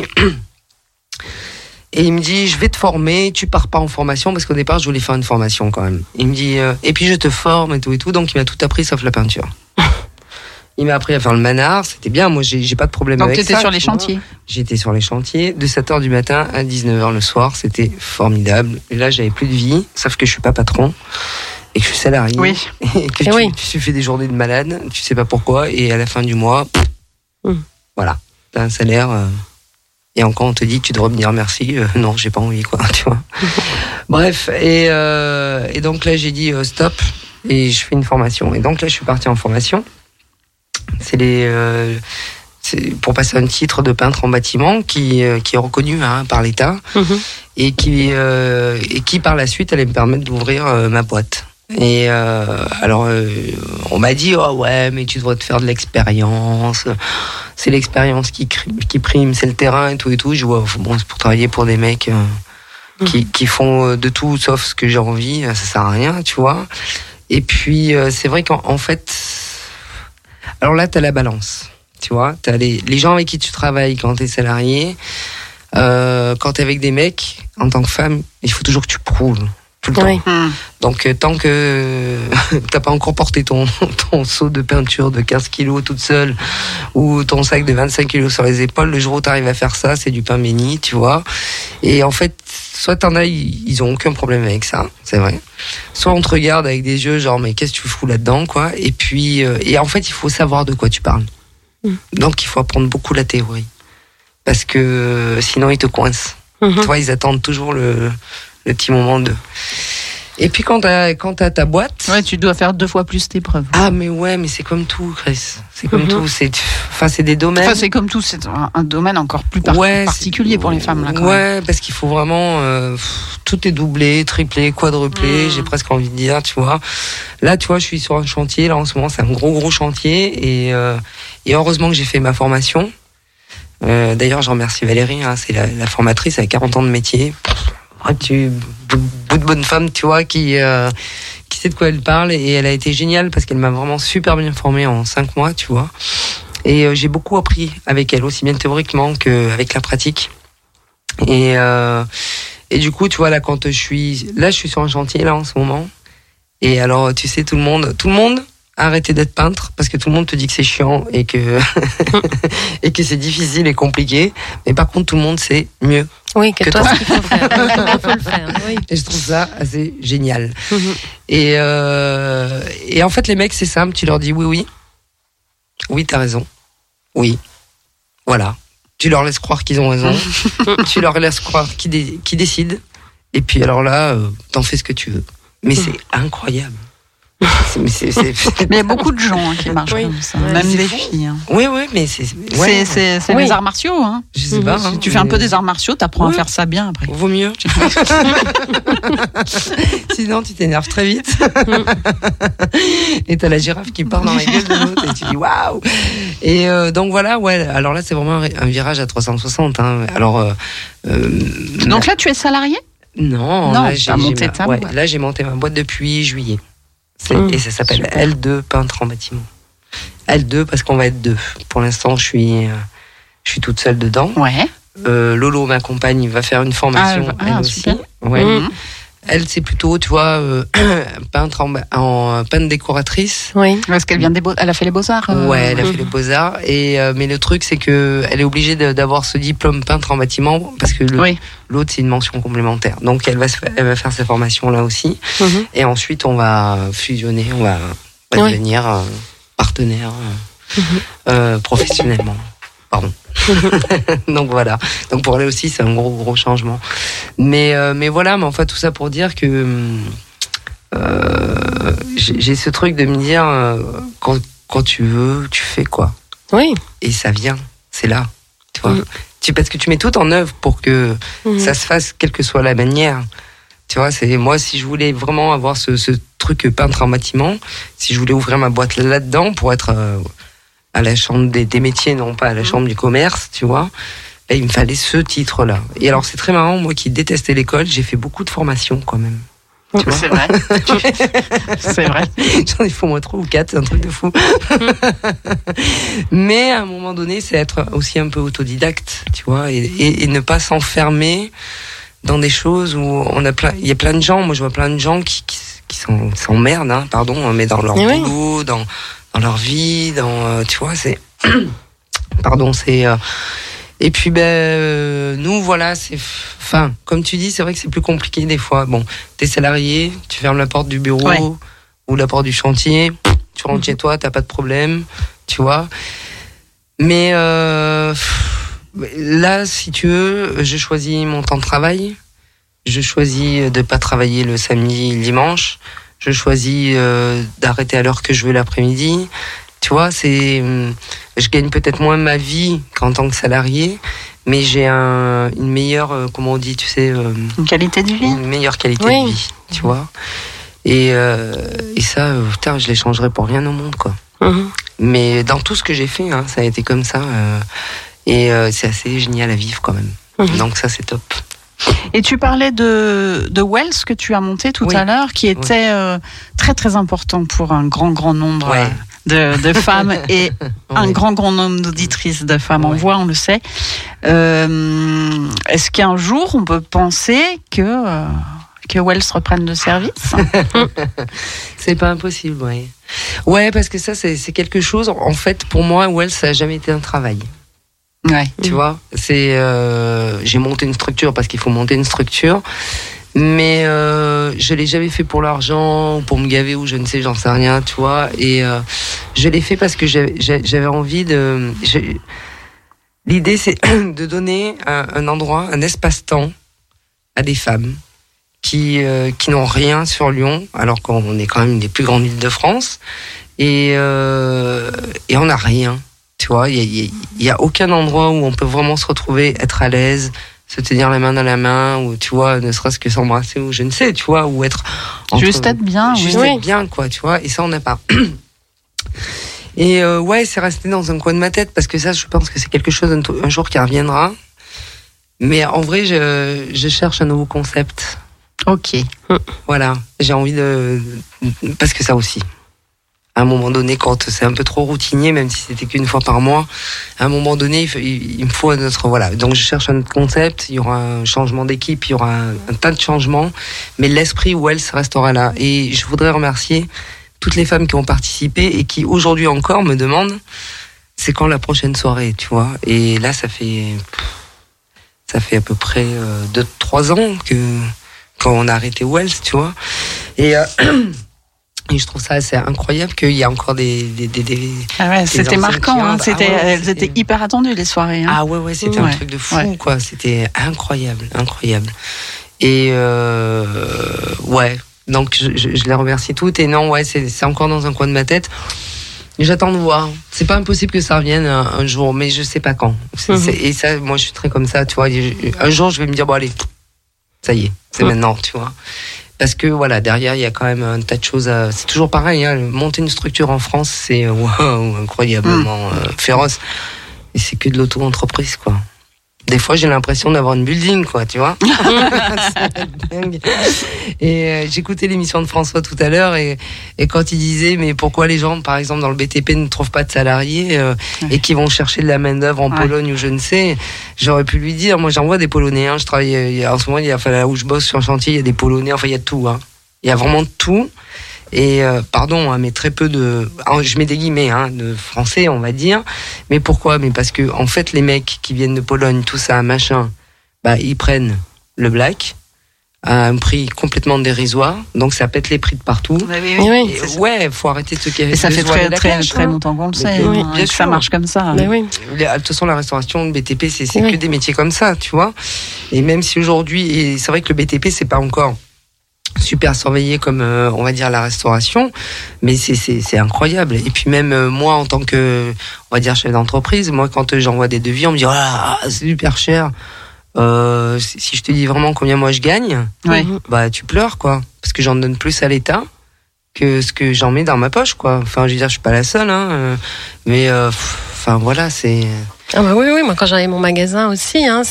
Et il me dit, je vais te former, tu pars pas en formation, parce qu'au départ, je voulais faire une formation quand même. Il me dit, et puis je te forme et tout, donc il m'a tout appris sauf la peinture. Il m'a appris à faire le manard, c'était bien, moi j'ai pas de problème avec ça. Donc t'étais sur les chantiers? J'étais sur les chantiers, de 7h du matin à 19h le soir, c'était formidable. Et là, j'avais plus de vie, sauf que je suis pas patron, et que je suis salarié. Oui. Et que tu fais des journées de malade, tu sais pas pourquoi, et à la fin du mois, voilà, t'as un salaire... Et encore, on te dit, tu devrais me dire merci. Non, j'ai pas envie, quoi, tu vois. Bref, et donc là, j'ai dit stop, et je fais une formation. Et donc là, je suis parti en formation. C'est pour passer un titre de peintre en bâtiment qui est reconnu par l'État et qui par la suite allait me permettre d'ouvrir ma boîte. Et on m'a dit ouais, mais tu devrais te faire de l'expérience. C'est l'expérience qui prime, c'est le terrain et tout. Je vois bon, c'est pour travailler pour des mecs qui font de tout sauf ce que j'ai envie. Ça sert à rien, tu vois. Et puis c'est vrai qu'en fait, alors là t'as la balance, tu vois. T'as les gens avec qui tu travailles quand t'es salarié. Quand t'es avec des mecs, en tant que femme, il faut toujours que tu prouves. tout le temps. Oui. Donc tant que t'as pas encore porté ton seau de peinture de 15 kilos toute seule ou ton sac de 25 kilos sur les épaules, le jour où t'arrives à faire ça, c'est du pain béni, tu vois. Et en fait, soit t'en as, ils ont aucun problème avec ça, c'est vrai. Soit on te regarde avec des yeux genre mais qu'est-ce que tu fous là-dedans, quoi. Et puis et en fait, il faut savoir de quoi tu parles. Donc il faut apprendre beaucoup la théorie parce que sinon ils te coincent. Tu vois, ils attendent toujours le petit moment de. Et puis quand t'as ta boîte. Ouais, tu dois faire 2 fois plus d'épreuves. Ah mais ouais, mais c'est comme tout, Chris. C'est comme tout. C'est des domaines. Enfin, c'est comme tout. C'est un domaine encore plus particulier pour les femmes là. Quand même. Parce qu'il faut vraiment tout est doublé, triplé, quadruplé. J'ai presque envie de dire, tu vois. Là, tu vois, je suis sur un chantier. Là, en ce moment, c'est un gros chantier. Et heureusement que j'ai fait ma formation. D'ailleurs, je remercie Valérie. Hein, c'est la formatrice avec 40 ans de métier. Bout de bonne femme, tu vois, qui sait de quoi elle parle, et elle a été géniale parce qu'elle m'a vraiment super bien formée en 5 mois, tu vois. Et j'ai beaucoup appris avec elle, aussi bien théoriquement qu'avec la pratique. Et du coup, tu vois, là, je suis sur un chantier, là, en ce moment. Et alors, tu sais, tout le monde a arrêté d'être peintre parce que tout le monde te dit que c'est chiant et que c'est difficile et compliqué. Mais par contre, tout le monde sait mieux. Oui, que toi, ce qu'il faut faire. Il faut le faire. Oui. Et je trouve ça assez génial. Et en fait, les mecs, c'est simple. Tu leur dis oui, t'as raison. Oui. Voilà. Tu leur laisses croire qu'ils ont raison. Tu leur laisses croire qu'ils décident. Et puis alors là, t'en fais ce que tu veux. Mais c'est incroyable. Mais il y a beaucoup de gens qui marchent comme ça, même des filles. Hein. Oui, mais c'est les arts martiaux. Hein. Je sais pas. Si tu fais un peu des arts martiaux, t'apprends à faire ça bien après. Vaut mieux. Sinon, tu t'énerves très vite. Et t'as la girafe qui part dans la gueule de l'autre et tu dis waouh. Et donc voilà, ouais. Alors là, c'est vraiment un virage à 360. Hein. Alors. Donc là, tu es salarié ? Non, là, j'ai monté ta boîte. Là, j'ai monté ma boîte depuis juillet. Et ça s'appelle super. L2 peintre en bâtiment. L2 parce qu'on va être 2. Pour l'instant, je suis toute seule dedans. Ouais. Lolo, ma compagne, va faire une formation elle aussi. Super. Ouais. Elle, c'est plutôt, tu vois, peintre en peintre décoratrice. Oui. Parce qu'elle vient elle a fait les Beaux-Arts. Ouais, elle a fait les Beaux-Arts. Et mais le truc, c'est que elle est obligée d'avoir ce diplôme peintre en bâtiment parce que l'autre, c'est une mention complémentaire. Donc, elle va faire sa formation là aussi. Et ensuite, on va fusionner, on va devenir partenaire professionnellement. Pardon. Donc voilà. Donc pour elle aussi, c'est un gros changement. Mais voilà, mais enfin tout ça pour dire que j'ai ce truc de me dire quand tu veux, tu fais quoi. Oui. Et ça vient, c'est là. Tu vois. Parce que tu mets tout en œuvre pour que ça se fasse, quelle que soit la manière. Tu vois, c'est moi si je voulais vraiment avoir ce truc peintre en bâtiment, si je voulais ouvrir ma boîte là-dedans pour être à la chambre des métiers, non pas à la chambre du commerce, tu vois. Là, il me fallait ce titre-là. Et alors, c'est très marrant, moi qui détestais l'école, j'ai fait beaucoup de formations quand même. Tu vois. C'est vrai. C'est vrai. J'en ai fait au moins 3 ou 4, c'est un truc de fou. Mais à un moment donné, c'est être aussi un peu autodidacte, tu vois, et ne pas s'enfermer dans des choses où il y a plein de gens, moi je vois plein de gens qui s'emmerdent, hein, pardon, mais dans leur boulot, dans leur vie, tu vois, c'est pardon, c'est et puis nous voilà, comme tu dis, c'est vrai que c'est plus compliqué des fois. Bon, t'es salarié, tu fermes la porte du bureau ou la porte du chantier, tu rentres chez toi, t'as pas de problème, tu vois. Mais là, si tu veux, je choisis mon temps de travail, je choisis de pas travailler le samedi et le dimanche. Je choisis d'arrêter à l'heure que je veux l'après-midi. Tu vois, je gagne peut-être moins ma vie qu'en tant que salarié, mais j'ai une meilleure, comment on dit, tu sais... une qualité de vie. Une meilleure qualité de vie, tu vois. Et ça, putain, je l'échangerais pour rien au monde, quoi. Mais dans tout ce que j'ai fait, hein, ça a été comme ça. Et c'est assez génial à vivre, quand même. Donc ça, c'est top. Et tu parlais de Wells que tu as monté tout à l'heure, qui était très très important pour un grand nombre de femmes et un grand nombre d'auditrices de femmes en voix, on le sait. Est-ce qu'un jour on peut penser que que Wells reprenne le service. C'est pas impossible, oui. Ouais, parce que ça, c'est quelque chose. En fait, pour moi, Wells, ça n'a jamais été un travail. Ouais. Tu vois, c'est j'ai monté une structure parce qu'il faut monter une structure, mais je l'ai jamais fait pour l'argent, pour me gaver ou je ne sais, j'en sais rien, tu vois. Et je l'ai fait parce que j'avais envie de. L'idée, c'est de donner un endroit, un espace-temps à des femmes qui n'ont rien sur Lyon, alors qu'on est quand même une des plus grandes villes de France, et on n'a rien. Tu vois, il y a aucun endroit où on peut vraiment se retrouver, être à l'aise, se tenir la main dans la main, ou tu vois, ne serait-ce que s'embrasser, ou je ne sais, tu vois, ou être juste être bien, être bien, quoi, tu vois. Et ça, on n'a pas. Et ouais, c'est resté dans un coin de ma tête parce que ça, je pense que c'est quelque chose un jour qui reviendra. Mais en vrai, je cherche un nouveau concept. Ok. Voilà, j'ai envie parce que ça aussi. À un moment donné, quand c'est un peu trop routinier, même si c'était qu'une fois par mois, à un moment donné, il me faut un autre. Voilà. Donc, je cherche un autre concept. Il y aura un changement d'équipe, il y aura un tas de changements, mais l'esprit Wells restera là. Et je voudrais remercier toutes les femmes qui ont participé et qui aujourd'hui encore me demandent, c'est quand la prochaine soirée, tu vois. Et là, ça fait à peu près 2-3 ans quand on a arrêté Wells, tu vois. Et je trouve ça assez incroyable qu'il y a encore des ah ouais, c'était marquant, hein, elles étaient hyper attendues les soirées. Hein. Ah ouais, c'était un truc de fou, quoi. C'était incroyable. Et ouais, donc je les remercie toutes. Et non, ouais, c'est encore dans un coin de ma tête. J'attends de voir. C'est pas impossible que ça revienne un jour, mais je sais pas quand. Et ça, moi, je suis très comme ça, tu vois. Un jour, je vais me dire, bon allez, ça y est, c'est maintenant, tu vois. Parce que voilà, derrière, il y a quand même un tas de choses c'est toujours pareil, hein, monter une structure en France, c'est waouh, incroyablement féroce. Et c'est que de l'auto-entreprise, quoi. Des fois, j'ai l'impression d'avoir une building, quoi, tu vois. C'est dingue. Et j'écoutais l'émission de François tout à l'heure et quand il disait, mais pourquoi les gens, par exemple, dans le BTP ne trouvent pas de salariés et qui vont chercher de la main-d'œuvre en Pologne ou je ne sais, j'aurais pu lui dire, moi j'envoie des Polonais, hein, je travaille, en ce moment, là où je bosse sur un chantier, il y a des Polonais, enfin il y a de tout, hein. Il y a vraiment de tout. Et pardon, hein, mais très peu je mets des guillemets, hein, de français, on va dire. Mais pourquoi ? Mais parce que en fait, les mecs qui viennent de Pologne, tout ça, machin, bah ils prennent le black à un prix complètement dérisoire, donc ça pète les prix de partout. Oui. Ouais, faut arrêter de se cacher. Et ça fait très longtemps qu'on le sait. Bien sûr, ça marche comme ça. Mais oui. De toute façon, la restauration, le BTP, c'est que des métiers comme ça, tu vois. Et même si aujourd'hui, et c'est vrai que le BTP, c'est pas encore super surveillé comme on va dire la restauration, mais c'est incroyable. Et puis même moi en tant que on va dire chef d'entreprise, moi quand j'envoie des devis, on me dit c'est super cher. Si je te dis vraiment combien moi je gagne, bah tu pleures, quoi, parce que j'en donne plus à l'État que ce que j'en mets dans ma poche, quoi. Enfin, je veux dire, je suis pas la seule, hein, mais enfin voilà, c'est. Ah bah oui, moi quand j'avais mon magasin aussi, hein,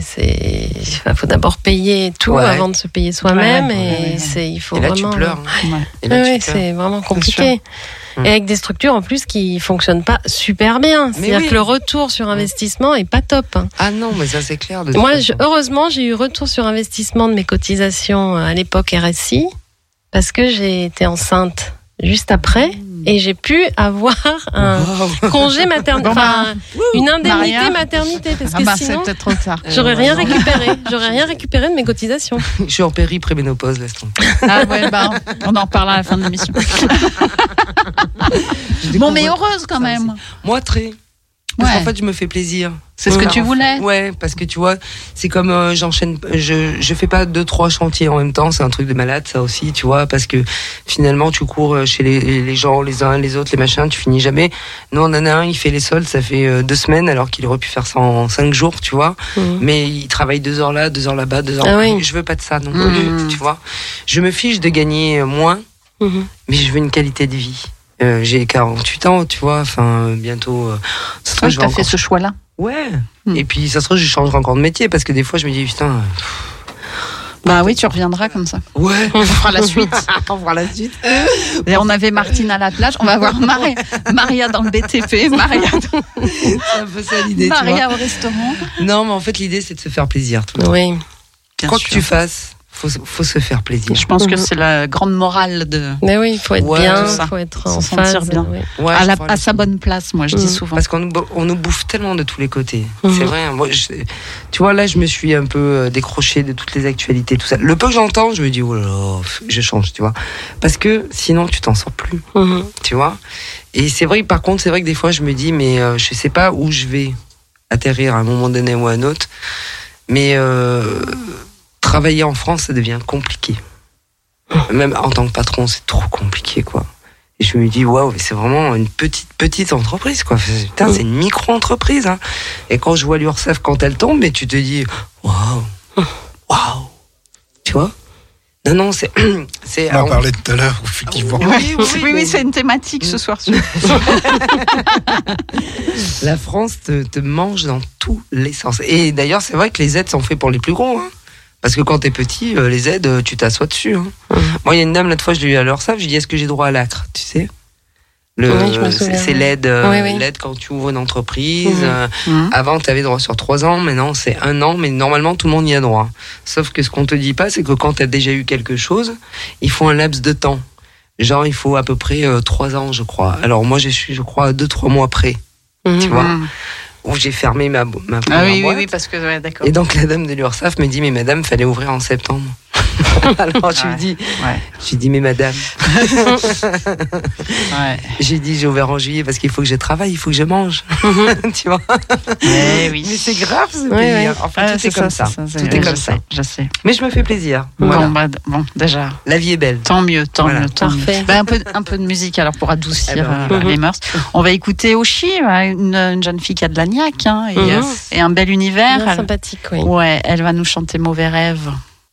faut d'abord payer tout avant de se payer soi-même, il faut et là, vraiment. Tu pleures. Hein. Et là, c'est vraiment compliqué. Et avec des structures en plus qui fonctionnent pas super bien, c'est-à-dire que le retour sur investissement est pas top. Hein. Ah non, mais ça c'est clair. Moi, heureusement, j'ai eu retour sur investissement de mes cotisations à l'époque RSI parce que j'ai été enceinte juste après. Et j'ai pu avoir un congé maternité, une indemnité maternité, parce que sinon, c'est peut-être trop tard. J'aurais rien récupéré de mes cotisations. Je suis en péri-préménopause, laisse tomber. Ah ouais, on en parle à la fin de l'émission. Bon, mais heureuse quand même. Moi, très. Parce qu'en fait, je me fais plaisir. C'est ce que tu voulais. Ouais, parce que tu vois, c'est comme j'enchaîne, je fais pas 2-3 chantiers en même temps, c'est un truc de malade ça aussi, tu vois, parce que finalement tu cours chez les gens, les uns, les autres, les machins, tu finis jamais. Nous on en a un, il fait les soldes, ça fait 2 semaines alors qu'il aurait pu faire ça en 5 jours, tu vois. Mais il travaille 2 heures là, 2 heures là-bas, 2 heures. Je veux pas de ça non plus, tu vois. Je me fiche de gagner moins, mais je veux une qualité de vie. J'ai 48 ans, tu vois, enfin bientôt. Tu as fait ce choix-là. Ouais. Et puis ça se trouve je changerai encore de métier parce que des fois je me dis putain. Bah oui, tu reviendras comme ça. Ouais. On fera la suite. Et on avait Martine à la plage, on va voir Maria dans le BTP, Maria c'est un peu ça l'idée. Maria au restaurant. Non, mais en fait l'idée c'est de se faire plaisir. Oui. Quoi que tu fasses, faut se faire plaisir. Je pense que c'est la grande morale de. Mais oui, il faut être bien, il faut être en sentir phase. bien. Ouais. À sa bonne place, moi, je dis souvent. Parce qu'on nous bouffe tellement de tous les côtés. C'est vrai. Moi, tu vois, là, je me suis un peu décrochée de toutes les actualités, tout ça. Le peu que j'entends, je me dis, oh là là, je change, tu vois. Parce que sinon, tu t'en sors plus. Tu vois. Et c'est vrai, par contre, c'est vrai que des fois, je me dis, mais je sais pas où je vais atterrir à un moment donné ou à un autre. Mais travailler en France, ça devient compliqué. Même en tant que patron, c'est trop compliqué, quoi. Et je me dis, waouh, c'est vraiment une petite entreprise, quoi. Putain, c'est une micro-entreprise, hein. Et quand je vois l'URSSAF, quand elle tombe, mais tu te dis, waouh. Tu vois? Non, c'est. On en parlait tout à l'heure, effectivement. Oui, c'est une thématique ce soir. La France te mange dans tous les sens. Et d'ailleurs, c'est vrai que les aides sont faites pour les plus gros, hein. Parce que quand t'es petit, les aides, tu t'assois dessus. Hein. Moi, il y a une dame, l'autre fois, je l'ai eu à l'URSSAF, je lui ai dit, est-ce que j'ai droit à l'ACRE, tu sais? C'est l'aide, l'aide quand tu ouvres une entreprise. Avant, tu avais droit sur 3 ans, maintenant c'est 1 an, mais normalement tout le monde y a droit. Sauf que ce qu'on te dit pas, c'est que quand tu as déjà eu quelque chose, il faut un laps de temps. Genre, il faut à peu près 3 ans, je crois. Alors moi, je suis, je crois, 2-3 mois près. Tu vois, où j'ai fermé ma première boîte. Oui, parce que, ouais, d'accord. Et donc la dame de l'URSSAF me dit, mais madame, fallait ouvrir en septembre. Alors je lui dis, mais madame. J'ai dit, j'ai ouvert en juillet parce qu'il faut que je travaille, il faut que je mange. Tu vois. Oui. Mais c'est grave ce pays. Enfin, tout est comme ça. Tout est comme ça. Je sais. Mais je me fais plaisir. Bon, déjà. La vie est belle. Tant mieux. Parfait. Un peu de musique alors pour adoucir les mœurs. On va écouter Oshi, une jeune fille qui a de la niaque, hein, et un bel univers. Bien sympathique, oui. Ouais, elle va nous chanter Mauvais rêve.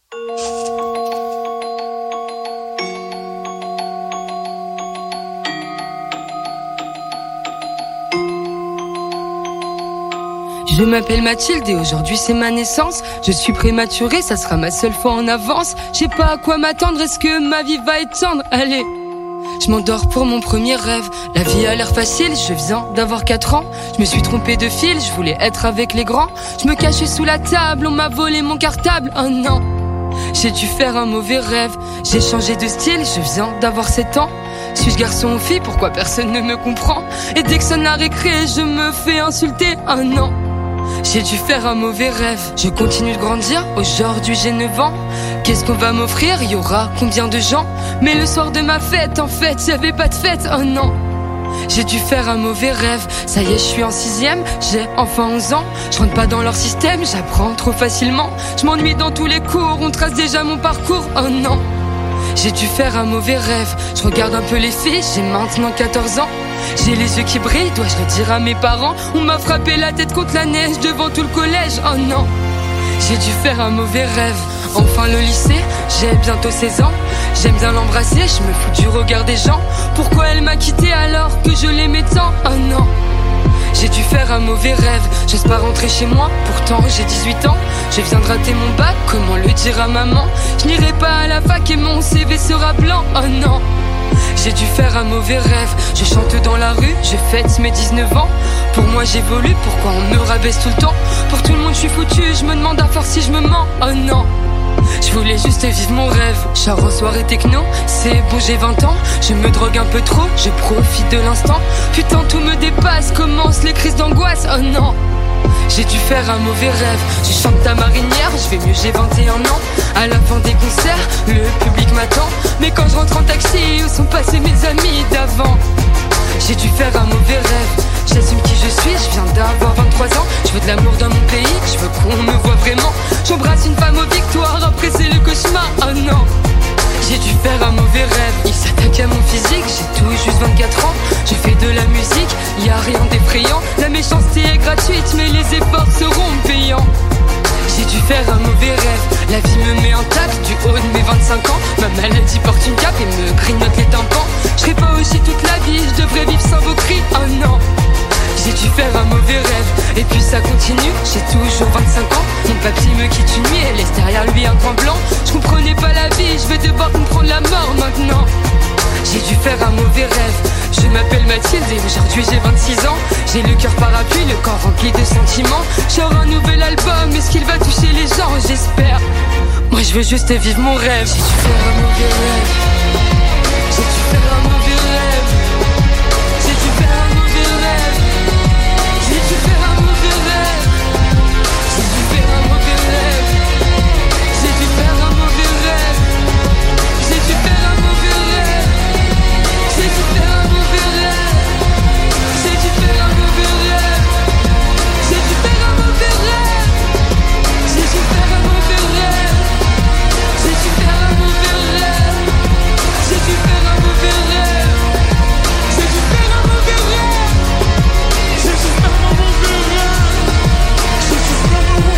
Je m'appelle Mathilde et aujourd'hui c'est ma naissance. Je suis prématurée, ça sera ma seule fois en avance. Je sais pas à quoi m'attendre, est-ce que ma vie va être tendre? Allez, je m'endors pour mon premier rêve. La vie a l'air facile, je viens d'avoir 4 ans. Je me suis trompée de fil, je voulais être avec les grands. Je me cachais sous la table, on m'a volé mon cartable. Oh non, j'ai dû faire un mauvais rêve. J'ai changé de style, je viens d'avoir 7 ans. Suis-je garçon ou fille, pourquoi personne ne me comprend? Et dès que sonne la récré, je me fais insulter. Oh non, j'ai dû faire un mauvais rêve. Je continue de grandir, aujourd'hui j'ai 9 ans. Qu'est-ce qu'on va m'offrir? Il y aura combien de gens? Mais le soir de ma fête, en fait, y'avait pas de fête. Oh non, j'ai dû faire un mauvais rêve. Ça y est, je suis en 6ème, j'ai enfin 11 ans. Je rentre pas dans leur système, j'apprends trop facilement. Je m'ennuie dans tous les cours, on trace déjà mon parcours. Oh non, j'ai dû faire un mauvais rêve. Je regarde un peu les filles, j'ai maintenant 14 ans. J'ai les yeux qui brillent, dois-je le dire à mes parents? On m'a frappé la tête contre la neige devant tout le collège. Oh non, j'ai dû faire un mauvais rêve. Enfin le lycée, j'ai bientôt 16 ans. J'aime bien l'embrasser, je me fous du regard des gens. Pourquoi elle m'a quitté alors que je l'aimais tant? Oh non, j'ai dû faire un mauvais rêve. J'ose pas rentrer chez moi, pourtant j'ai 18 ans. Je viens de rater mon bac, comment le dire à maman? Je n'irai pas à la fac et mon CV sera blanc. Oh non, j'ai dû faire un mauvais rêve. Je chante dans la rue, je fête mes 19 ans. Pour moi j'évolue, pourquoi on me rabaisse tout le temps? Pour tout le monde je suis foutu, je me demande à force si je me mens. Oh non, je voulais juste vivre mon rêve. Char en soirée techno, c'est bon j'ai 20 ans. Je me drogue un peu trop, je profite de l'instant. Putain tout me dépasse, commencent les crises d'angoisse. Oh non, j'ai dû faire un mauvais rêve. Je chante ta marinière, je vais mieux, j'ai 21 ans. À la fin des concerts, le public m'attend. Mais quand je rentre en taxi, où sont passés mes amis d'avant? J'ai dû faire un mauvais rêve. J'assume qui je suis, je viens d'avoir 23 ans. Je veux de l'amour dans mon pays, je veux qu'on me voit vraiment. J'embrasse une femme aux victoires, après c'est le cauchemar. Oh non, j'ai dû faire un mauvais rêve. Il s'attaque à mon physique, j'ai tout juste 24 ans. Je fais de la musique, y a rien d'effrayant. La méchanceté est gratuite, mais les efforts seront payants. J'ai dû faire un mauvais rêve. La vie me met un tac du haut de mes 25 ans. Ma maladie porte une cape et me grignote les tympans. Je serai pas aussi toute la vie, je devrais vivre sans vos cris. Oh non, j'ai dû faire un mauvais rêve. Et puis ça continue, j'ai toujours 25 ans. Mon papy me quitte une nuit et laisse derrière lui un coin blanc. Je comprenais pas la vie, je vais devoir comprendre la mort maintenant. J'ai dû faire un mauvais rêve. Je m'appelle Mathilde et aujourd'hui j'ai 26 ans. J'ai le cœur parapluie, le corps rempli de sentiments. J'aurai un nouvel album, est-ce qu'il va toucher les gens? J'espère. Moi je veux juste vivre mon rêve. J'ai dû faire un mauvais rêve. J'ai dû faire un mauvais rêve. J'ai dû faire un mauvais rêve. J'ai dû faire un mauvais rêve. J'ai dû faire un mauvais rêve. J'ai dû faire un mauvais rêve. J'ai dû faire un mauvais rêve. J'ai dû faire un mauvais rêve. J'ai dû faire un mauvais rêve. J'ai dû faire un mauvais rêve. J'ai dû faire un mauvais rêve. J'ai dû faire un mauvais rêve. J'ai dû faire un mauvais rêve. J'ai dû faire un mauvais rêve. J'ai dû faire un mauvais rêve. J'ai dû faire un mauvais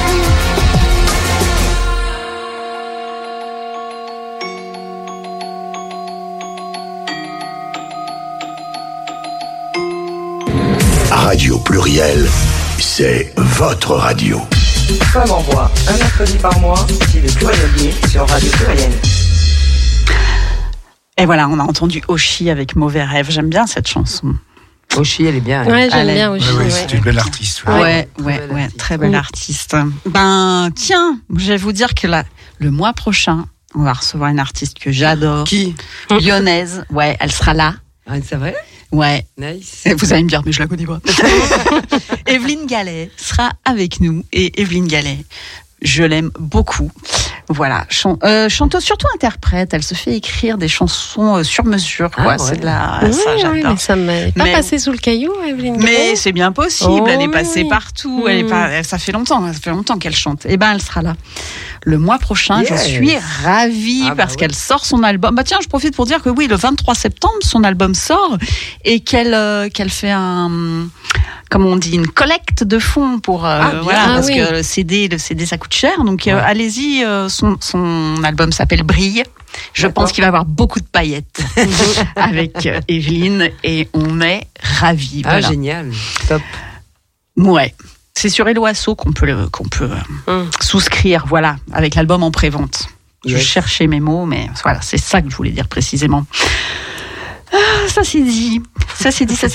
Radio Pluriel, c'est votre radio. Femme en voix, un mercredi par mois, c'est le Plurielier sur Radio Pluriel. Et voilà, on a entendu Oshi avec Mauvais Rêve. J'aime bien cette chanson. Oshi, elle est bien. Ouais, j'aime bien Oshi. Oui, c'est une belle artiste. Ouais, très belle artiste. Ben, tiens, je vais vous dire que le mois prochain, on va recevoir une artiste que j'adore. Qui? Lyonnaise. Ouais, elle sera là. Ah, c'est vrai? Ouais. Nice. Et vous allez me dire, mais je la connais pas. Evelyne Gallet sera avec nous. Et Evelyne Gallet, je l'aime beaucoup. Voilà, chanteuse, surtout interprète. Elle se fait écrire des chansons sur mesure, quoi. Ah, ouais. C'est de la, Oui, ça, j'adore. oui, mais ça m'est pas passé sous le caillou, Evelyne Gallet. Mais c'est bien possible. Oh, elle est passée oui. partout. Elle est pas, ça fait longtemps qu'elle chante. Et ben, elle sera là le mois prochain. Yes. Je suis ravie parce qu'elle sort son album. Bah tiens, je profite pour dire que oui, le 23 septembre, son album sort et qu'elle fait comme on dit, une collecte de fonds pour parce que le CD ça coûte cher. Donc allez-y, son album s'appelle Brille. Je pense qu'il va y avoir beaucoup de paillettes avec Evelyne et on est ravis. Ah, voilà. Génial, top. Ouais. C'est sur Eloasso qu'on peut souscrire, voilà, avec l'album en prévente. Yes. Je cherchais mes mots, mais voilà, c'est ça que je voulais dire précisément. Ah, ça c'est dit. Ça c'est dit.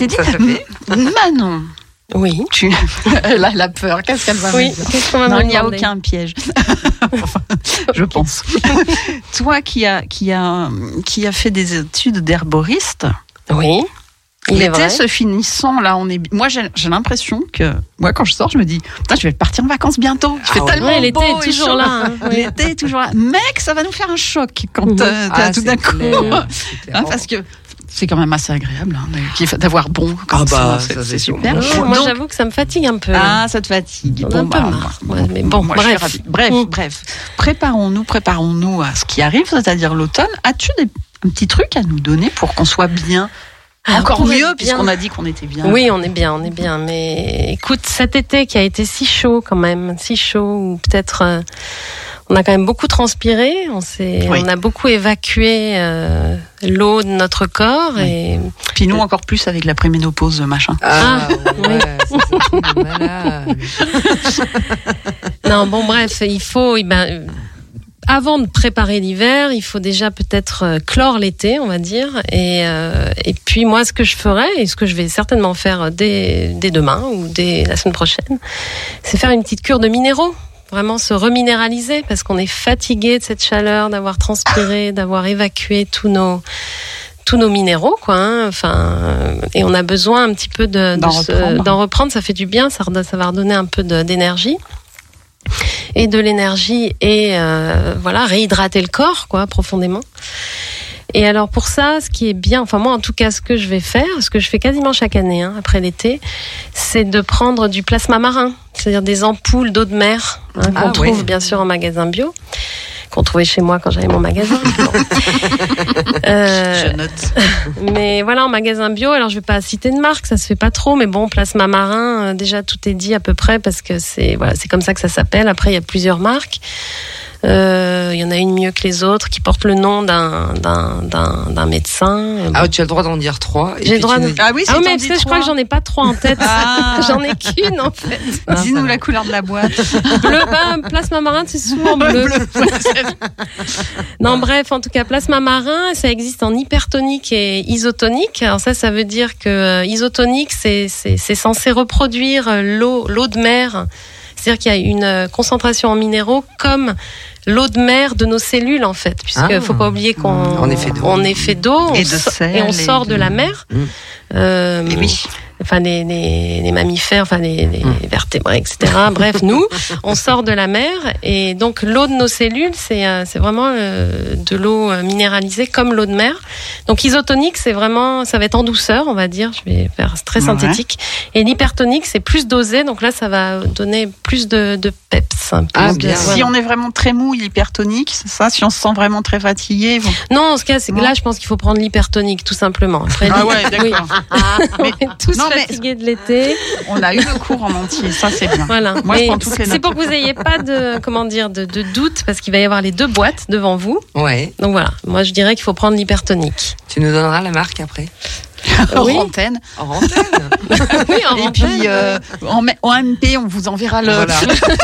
Manon. Oui. Elle a peur. Qu'est-ce qu'elle va me dire? Qu'est-ce qu'on va non, me il n'y a demander? aucun piège. Enfin, je pense. Toi qui a fait des études d'herboriste. Oui. L'été se finissant, là, moi, j'ai l'impression que, moi, quand je sors, je me dis, putain, je vais partir en vacances bientôt. Il fait tellement beau. L'été est toujours là. Hein. L'été est toujours là. Mec, ça va nous faire un choc quand t'as tout d'un coup. Parce que c'est quand même assez agréable d'avoir bon. Ça, c'est super. Moi, j'avoue que ça me fatigue un peu. Ah, ça te fatigue. Bon, un peu marre. Mais bon, moi, je suis ravie. Bref. Préparons-nous à ce qui arrive, c'est-à-dire l'automne. As-tu un petit truc à nous donner pour qu'on soit bien? Encore mieux, puisqu'on a dit qu'on était bien. Oui, on est bien. Mais écoute, cet été qui a été si chaud quand même, ou peut-être on a quand même beaucoup transpiré, on a beaucoup évacué l'eau de notre corps. Oui. Et puis nous encore plus avec la préménopause, machin. Oui. C'est malade. Non, bon, bref, il faut... avant de préparer l'hiver, il faut déjà peut-être clore l'été, on va dire. Et puis moi, ce que je ferais, et ce que je vais certainement faire dès demain ou dès la semaine prochaine, c'est faire une petite cure de minéraux. Vraiment se reminéraliser, parce qu'on est fatigué de cette chaleur, d'avoir transpiré, d'avoir évacué tous nos minéraux, quoi. Hein. Enfin, et on a besoin un petit peu d'en reprendre. Ça fait du bien, ça va redonner un peu d'énergie. Et de l'énergie et réhydrater le corps, quoi, profondément. Et alors pour ça, ce qui est bien, enfin moi en tout cas, ce que je vais faire, ce que je fais quasiment chaque année après l'été, c'est de prendre du plasma marin, c'est-à-dire des ampoules d'eau de mer qu'on trouve bien sûr en magasin bio, qu'on trouvait chez moi quand j'avais mon magasin. Je note. Mais voilà, en magasin bio, alors je vais pas citer de marque, ça se fait pas trop, mais bon, plasma marin, déjà tout est dit à peu près parce que c'est comme ça que ça s'appelle. Après, il y a plusieurs marques. Il y en a une mieux que les autres qui porte le nom d'un médecin. Ah, tu as le droit d'en dire 3. J'ai le droit de... Ah oui, mais tu sais, je crois que j'en ai pas 3 en tête. J'en ai qu'une en fait. Dis-nous la couleur de la boîte. Bleu, plasma marin, c'est souvent bleu. Non, bref, en tout cas, plasma marin, ça existe en hypertonique et isotonique. Alors ça veut dire que isotonique, c'est censé reproduire l'eau de mer C'est-à-dire qu'il y a une concentration en minéraux comme l'eau de mer de nos cellules, en fait, puisque faut pas oublier qu'on est fait d'eau et de sel, et on sort de la mer. Et oui. Enfin, les mammifères, enfin les vertébrés, etc. Bref, nous, on sort de la mer et donc l'eau de nos cellules, c'est vraiment de l'eau minéralisée comme l'eau de mer. Donc isotonique, c'est vraiment, ça va être en douceur, on va dire. Je vais faire très synthétique. Et l'hypertonique, c'est plus dosé, donc là, ça va donner plus de peps. Bien. Si on est vraiment très mou, l'hypertonique, c'est ça. Si on se sent vraiment très fatigué, non, en ce cas, c'est que là, je pense qu'il faut prendre l'hypertonique, tout simplement. Après, ouais, d'accord. Oui. Mais tous fatigués de l'été. On a eu le cours en entier, ça c'est bien. Voilà. Moi, je prends toutes les notes. C'est pour que vous n'ayez pas de doute, parce qu'il va y avoir les 2 boîtes devant vous. Ouais. Donc voilà, moi je dirais qu'il faut prendre l'hypertonique. Tu nous donneras la marque après. Oui. En antenne. Oui, en et antenne. puis en MP, on vous enverra le. Voilà.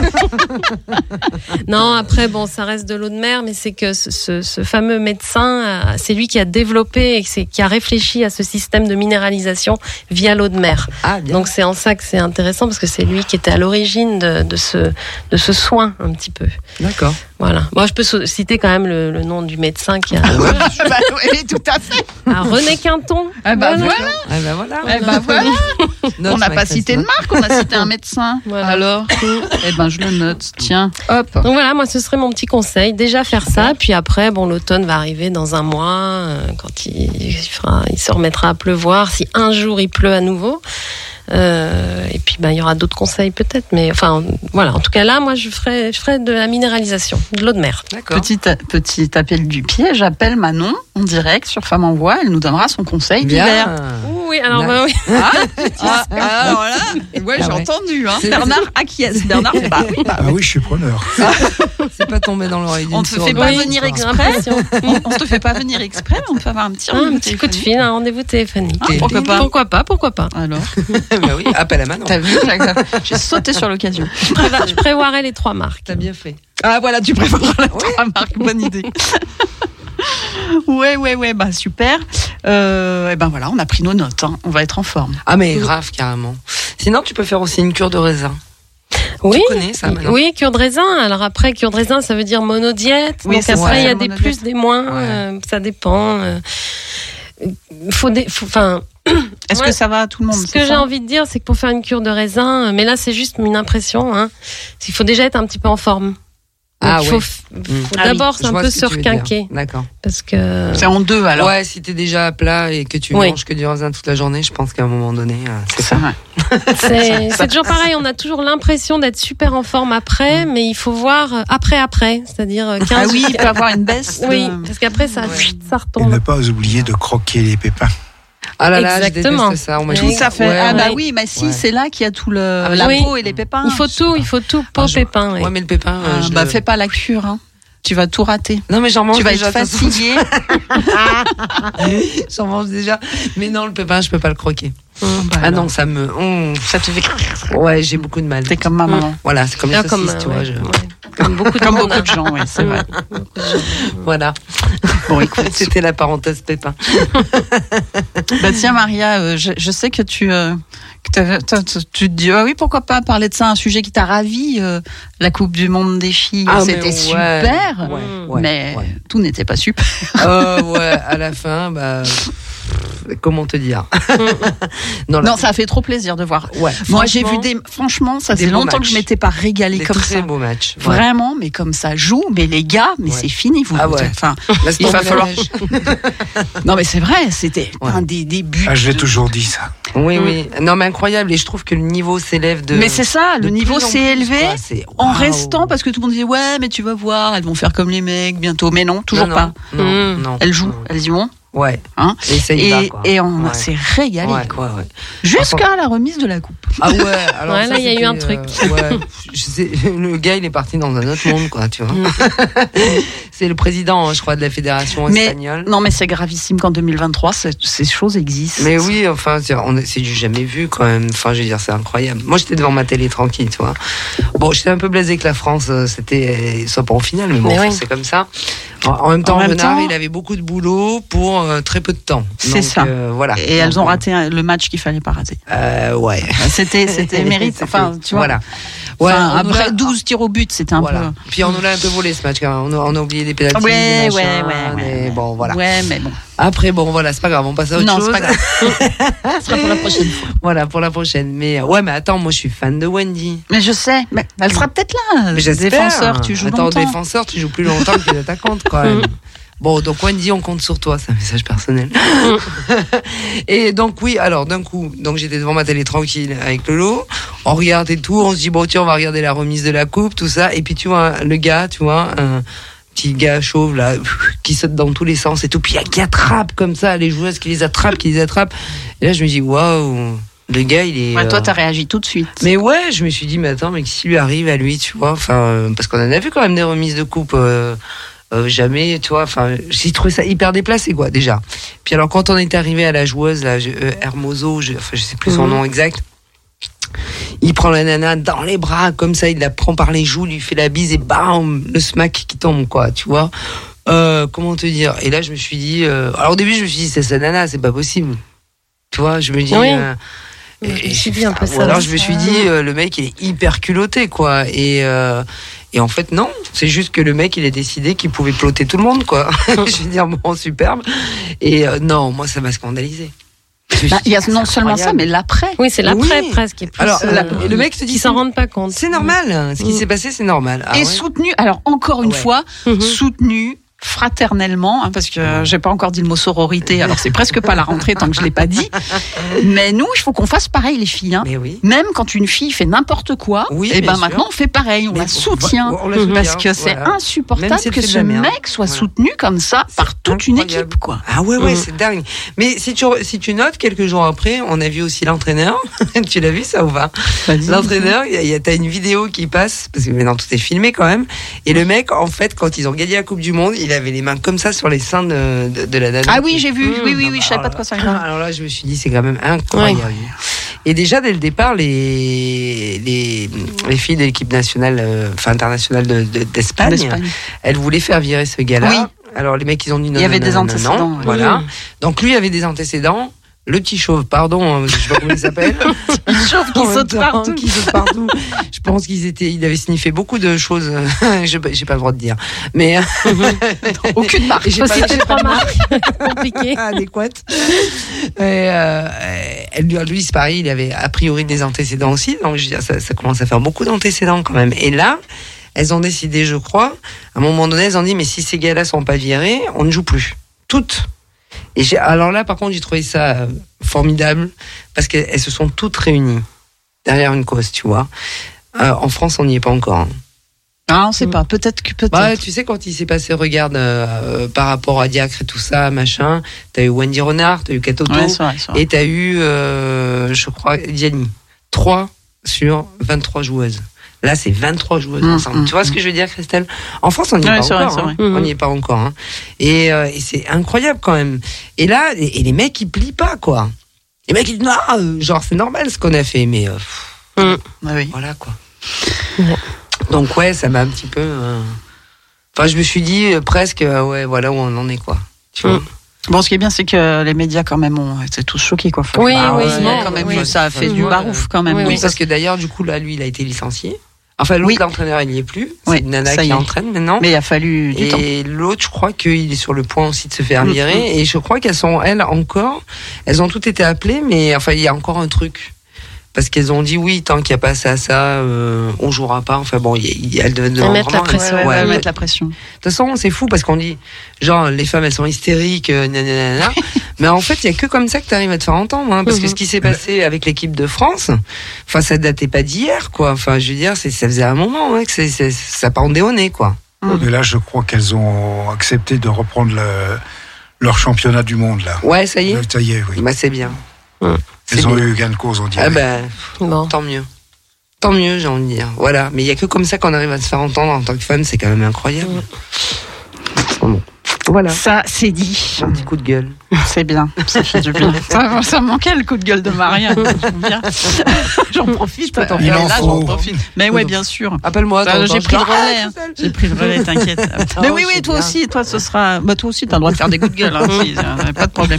Non, après ça reste de l'eau de mer, mais c'est que ce fameux médecin, c'est lui qui a développé et qui a réfléchi à ce système de minéralisation via l'eau de mer. Ah, bien. Donc c'est en ça que c'est intéressant, parce que c'est lui qui était à l'origine de ce soin un petit peu. D'accord. Voilà. Moi, je peux citer quand même le nom du médecin qui a. Oui, tout à fait. René Quinton. Voilà. On n'a pas cité de marque, on a cité un médecin. Voilà. Alors, je le note. Tiens, hop. Donc voilà, moi ce serait mon petit conseil. Déjà faire ça, puis après, l'automne va arriver dans un mois, quand il se remettra à pleuvoir. Si un jour il pleut à nouveau. Et puis il y aura d'autres conseils peut-être, mais enfin voilà. En tout cas là, moi je ferai de la minéralisation, de l'eau de mer. D'accord. Petit appel du pied. J'appelle Manon en direct sur Femme en Voix. Elle nous donnera son conseil d'hiver. Oui, alors oui. Alors là, ouais, j'ai entendu. Hein. Bernard acquiesce. Bernard fait oui. Oui, je suis preneur. C'est pas tombé dans l'oreille. On ne te fait pas venir exprès. On te fait pas venir exprès, mais on peut avoir un petit coup de fil, un rendez-vous téléphonique. Pourquoi pas. Alors. Bah oui, appel à Manon. T'as vu, j'ai sauté sur l'occasion. Je prévoirai les 3 marques. T'as bien fait. Ah voilà, tu prévoiras les 3 marques, bonne idée. Ouais, super. Voilà, on a pris nos notes, hein. On va être en forme. Ah mais grave, carrément. Sinon, tu peux faire aussi une cure de raisin. Oui, tu connais ça maintenant. Oui, cure de raisin. Alors après, cure de raisin, ça veut dire monodiète. Oui, donc après, il y a des monodiète. plus, des moins. Ça dépend. Est-ce que ça va à tout le monde? Ce que j'ai envie de dire, c'est que pour faire une cure de raisin, mais là c'est juste une impression, il faut déjà être un petit peu en forme. Donc, il faut d'abord un peu se requinquer. D'accord. Parce que c'est en 2 alors. Ouais, si t'es déjà à plat et que tu manges que du raisin toute la journée, je pense qu'à un moment donné, c'est ça. C'est toujours pareil, on a toujours l'impression d'être super en forme après, mais il faut voir après, c'est-à-dire 15 Ah oui, il peut avoir une baisse. Oui, parce qu'après ça retombe. Et ne pas oublier de croquer les pépins. Ah là là, exactement. Je déteste ça. Tout ça fait. Ouais. Oui, mais si, c'est là qu'il y a tout la peau et les pépins. Il faut tout, peau, pépins. Ouais, mais le pépin. Fais pas la cure, hein. Tu vas tout rater. Non, mais j'en mange déjà. Tu vas être fatigué. J'en mange déjà. Mais non, le pépin, je peux pas le croquer. Non, ça te fait. Ouais, j'ai beaucoup de mal. T'es comme ma maman. Voilà, c'est comme les saucisses, tu vois. Comme beaucoup de gens, oui, c'est vrai. Voilà. Bon, écoute, c'était la parenthèse pépin. Tiens, Maria, je sais que tu te dis, oui, pourquoi pas parler de ça, un sujet qui t'a ravi, la Coupe du Monde des filles. C'était super, mais tout n'était pas super. À la fin, comment te dire? Non, ça a fait trop plaisir de voir. Ouais, moi, j'ai vu franchement, ça faisait longtemps que je m'étais pas régalée comme ça. Très beau match. Vraiment, mais comme ça joue, mais les gars, c'est fini, vous. Enfin, il va falloir. Non, mais c'est vrai, c'était un des buts. Je l'ai toujours dit ça. Oui. Non, mais incroyable. Et je trouve que le niveau s'élève de. Mais c'est ça, le niveau s'est élevé en restant, parce que tout le monde disait, ouais, mais tu vas voir, elles vont faire comme les mecs bientôt. Mais non, toujours pas. Non. Elles jouent, elles y vont. Ouais. Et on s'est régalé. Jusqu'à la remise de la coupe. Ah ouais. Alors là, il y a eu un truc. Le gars, il est parti dans un autre monde, quoi, tu vois. C'est le président, je crois, de la fédération espagnole. Non, mais c'est gravissime qu'en 2023, ces choses existent. Mais oui, enfin, c'est du jamais vu quand même. Enfin, je veux dire, c'est incroyable. Moi, j'étais devant ma télé tranquille, tu vois. Bon, j'étais un peu blasé que la France, soit pas en finale, mais bon, c'est comme ça. En même temps, Renard, il avait beaucoup de boulot pour très peu de temps. C'est ça. Voilà. Et elles ont raté le match qu'il fallait pas rater. Ouais. C'était mérite. Enfin, tu vois. Voilà. Ouais, après 12 tirs au but, c'était un peu. Puis on nous l'a un peu volé ce match quand même. On a oublié des pénaltys. Ouais. Bon, voilà. Ouais, mais bon. Après, bon, voilà, c'est pas grave, on passe à autre chose. Non, c'est pas grave. Ce sera pour la prochaine fois. Voilà, pour la prochaine. Mais mais attends, moi je suis fan de Wendy. Mais je sais, mais elle sera peut-être là. Mais j'espère. Défenseur, tu joues longtemps. Défenseur, tu joues plus longtemps que l'attaquante quand même. Bon, donc Wendy, on compte sur toi, c'est un message personnel. Et donc oui, alors d'un coup, donc j'étais devant ma télé tranquille avec Lolo, on regarde et tout, on se dit bon tiens, on va regarder la remise de la coupe, tout ça, et puis tu vois le gars, un petit gars chauve là, qui saute dans tous les sens et tout, puis il y a qui attrape comme ça, les joueuses qui les attrapent, et là je me dis waouh. Le gars, il est. Ouais, toi, t'as réagi tout de suite. Mais ouais, je me suis dit, mais attends, mais qu'est-ce qui lui arrive à lui, tu vois, enfin, parce qu'on en a vu quand même des remises de coupe. Jamais, tu vois, enfin, j'ai trouvé ça hyper déplacé, quoi, déjà. Puis alors, quand on est arrivé à la joueuse, là, Hermoso, je sais plus son nom exact, il prend la nana dans les bras, comme ça, il la prend par les joues, lui fait la bise et bam, le smack qui tombe, quoi, tu vois. Comment te dire? Et là, je me suis dit, alors au début, je me suis dit, c'est sa nana, c'est pas possible. Tu vois, je me dis, oui. Et j'ai dit un peu ça. Alors je me suis dit, le mec il est hyper culotté, quoi. Et en fait non, c'est juste que le mec il a décidé qu'il pouvait ploter tout le monde, quoi. Je veux dire bon, superbe. Et non, moi ça m'a scandalisé. Il y a non seulement ça, mais l'après. Oui, c'est l'après presque. Et plus, alors et le mec te dit, ils s'en rendent pas compte. C'est normal. Ce qui s'est passé, c'est normal. Et soutenu. Alors encore une fois, soutenu. Fraternellement, parce que j'ai pas encore dit le mot sororité, alors c'est presque pas la rentrée tant que je l'ai pas dit. Mais nous, il faut qu'on fasse pareil, les filles. Hein. Mais oui. Même quand une fille fait n'importe quoi, et ben maintenant on fait pareil, on la soutient, parce que c'est insupportable que ce mec soit soutenu comme ça par toute une équipe, quoi. Ah ouais, c'est dingue. Mais si tu notes, quelques jours après, on a vu aussi l'entraîneur. Tu l'as vu ça ou pas? L'entraîneur, t'as une vidéo qui passe, parce que maintenant tout est filmé quand même. Et le mec, en fait, quand ils ont gagné la Coupe du Monde, il avait les mains comme ça sur les seins de la nana. Ah oui, j'ai vu. Oui, je savais pas de quoi ça arrivait. Alors là, je me suis dit, c'est quand même incroyable. Ouais. Et déjà, dès le départ, les filles de l'équipe nationale, internationale d'Espagne, elles voulaient faire virer ce gars-là. Oui. Alors les mecs, ils ont dit non. Il y avait des antécédents. Non, voilà. Donc lui, il avait des antécédents. Le petit chauve, pardon, je sais pas comment il s'appelle. Le petit chauve qui saute partout. Je pense il avait sniffé beaucoup de choses. J'ai pas le droit de dire. Mais. Aucune marque. J'ai pas de marque. Compliqué. Adéquate. Lui, c'est pareil, il avait a priori des antécédents aussi. Donc, je veux dire, ça commence à faire beaucoup d'antécédents quand même. Et là, elles ont décidé, je crois, à un moment donné, elles ont dit, mais si ces gars-là sont pas virés, on ne joue plus. Toutes. Et alors là, par contre, j'ai trouvé ça formidable parce qu'elles se sont toutes réunies derrière une cause, tu vois. En France, on n'y est pas encore. Hein. Ah, on sait pas. Peut-être. Bah, tu sais, quand il s'est passé, regarde, par rapport à Diacre et tout ça, machin, t'as eu Wendy Renard, t'as eu Katoto, et t'as eu, je crois, Diani. 3 sur 23 joueuses. Là, c'est 23 joueuses ensemble. Tu vois ce que je veux dire, Christelle? En France, on n'y est pas encore. On n'y est pas encore. Hein. Et c'est incroyable quand même. Et là, et les mecs, ils plient pas, quoi. Les mecs, ils disent, non, genre, c'est normal ce qu'on a fait, mais voilà, quoi. Donc, ouais, ça m'a un petit peu... Enfin, je me suis dit presque, voilà où on en est, quoi. Tu vois. Bon, ce qui est bien, c'est que les médias, quand même, ont été tous choqués, quoi. Oui, quand même, ça a fait du barouf, quand même. Oui, parce que d'ailleurs, du coup, là, lui, il a été licencié. Enfin, l'autre, l'entraîneur, il n'y est plus. C'est une nana qui entraîne maintenant. Mais il a fallu du temps. Et l'autre, je crois qu'il est sur le point aussi de se faire virer. Et je crois qu'elles sont, elles ont toutes été appelées, mais enfin, il y a encore un truc. Parce qu'elles ont dit oui, tant qu'il n'y a pas ça, on jouera pas. Enfin bon, elles devaient mettre la pression. Mettre la pression. De toute façon, c'est fou parce qu'on dit, genre, les femmes, elles sont hystériques, nanana. Mais en fait, il y a que comme ça que tu arrives à te faire entendre, hein, parce que ce qui s'est passé avec l'équipe de France, enfin, ça datait pas d'hier, quoi. Enfin, je veux dire, ça faisait un moment, hein, que ça pendait au nez, quoi. Mais là, je crois qu'elles ont accepté de reprendre leur championnat du monde, là. Ouais, ça y est. Ça y est, oui. Bah, c'est bien. Elles ont eu gain de cause, on dirait. Ah ben, tant mieux. Tant mieux, j'ai envie de dire. Voilà. Mais il n'y a que comme ça qu'on arrive à se faire entendre en tant que femme, c'est quand même incroyable. Bon. Voilà. Ça, c'est dit. Un petit coup de gueule. C'est bien, ça fait du bien. Ça manquait le coup de gueule de Maria. J'en profite. Il en faut. J'en profite. Mais ouais, bien sûr. Appelle-moi. J'ai pris le relais. Hein. J'ai pris le relais, t'inquiète. Mais oui, toi aussi, toi, ce sera. Bah, toi aussi, t'as le droit de faire des coups de gueule. Hein, pas de problème.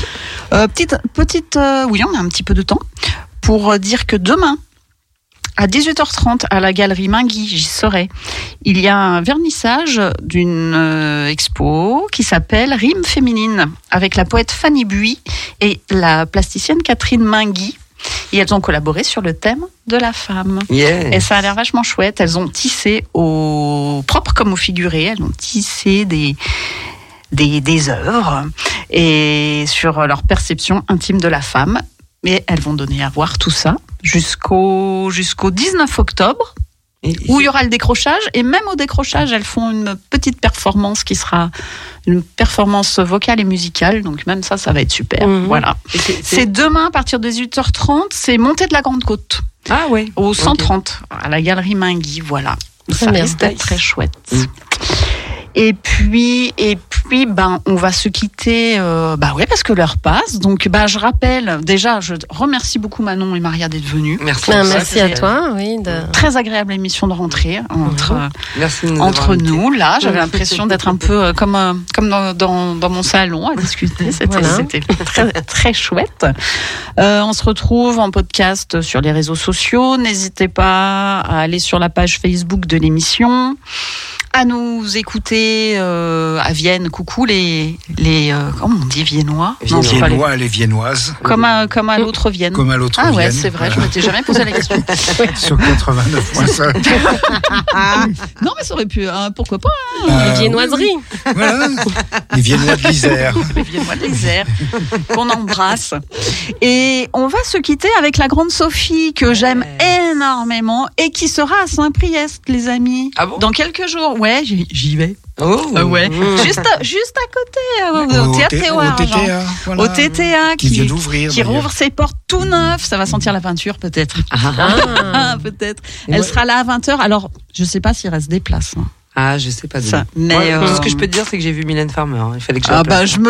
Oui, on a un petit peu de temps pour dire que demain, à 18h30, à la galerie Mainguy, j'y serai. Il y a un vernissage d'une expo qui s'appelle Rimes féminines, avec la poète Fanny Buis et la plasticienne Catherine Mainguy. Et elles ont collaboré sur le thème de la femme. Yeah. Et ça a l'air vachement chouette. Elles ont tissé au propre comme au figuré. Elles ont tissé des œuvres et sur leur perception intime de la femme. Et elles vont donner à voir tout ça jusqu'au 19 octobre, où il y aura le décrochage. Et même au décrochage, elles font une petite performance qui sera une performance vocale et musicale. Donc même ça va être super. Voilà. C'est demain à partir de 18h30. C'est montée de la Grande Côte. Ah ouais. Au 130, à la galerie Mainguy. Voilà. Ça risque d'être très chouette. Et puis, on va se quitter, parce que l'heure passe. Donc, je rappelle, déjà, je remercie beaucoup Manon et Maria d'être venues. Merci à toi, oui. Très agréable émission de rentrée entre nous. nous. Là, j'avais l'impression d'être un peu comme dans mon salon à discuter. C'était très, très chouette. On se retrouve en podcast sur les réseaux sociaux. N'hésitez pas à aller sur la page Facebook de l'émission. À nous écouter à Vienne, coucou les comment on dit viennois? Non, Viennois, les viennoises. Comme à l'autre Vienne. Comme à l'autre Vienne. Ah ouais, Vienne. c'est vrai, je m'étais jamais posé la question. Sur 89.5. Non, mais ça aurait pu, pourquoi pas. Les viennoiseries. Voilà, les viennois de l'Isère. Les viennois de l'Isère, qu'on embrasse. Et on va se quitter avec la grande Sophie, que j'aime énormément, et qui sera à Saint-Priest, les amis. Ah bon? Dans quelques jours. Ouais, j'y vais. Oh. Ouais. Juste à côté, au Théâtre Théo Argent. Voilà. Au TTA qui vient d'ouvrir. Qui rouvre ses portes tout neuf. Ça va sentir la peinture, peut-être. Peut-être. Elle sera là à 20h. Alors, je sais pas s'il reste des places. Hein. Ah, je sais pas. Ça, mais ce que je peux te dire, c'est que j'ai vu Mylène Farmer. Il fallait que je je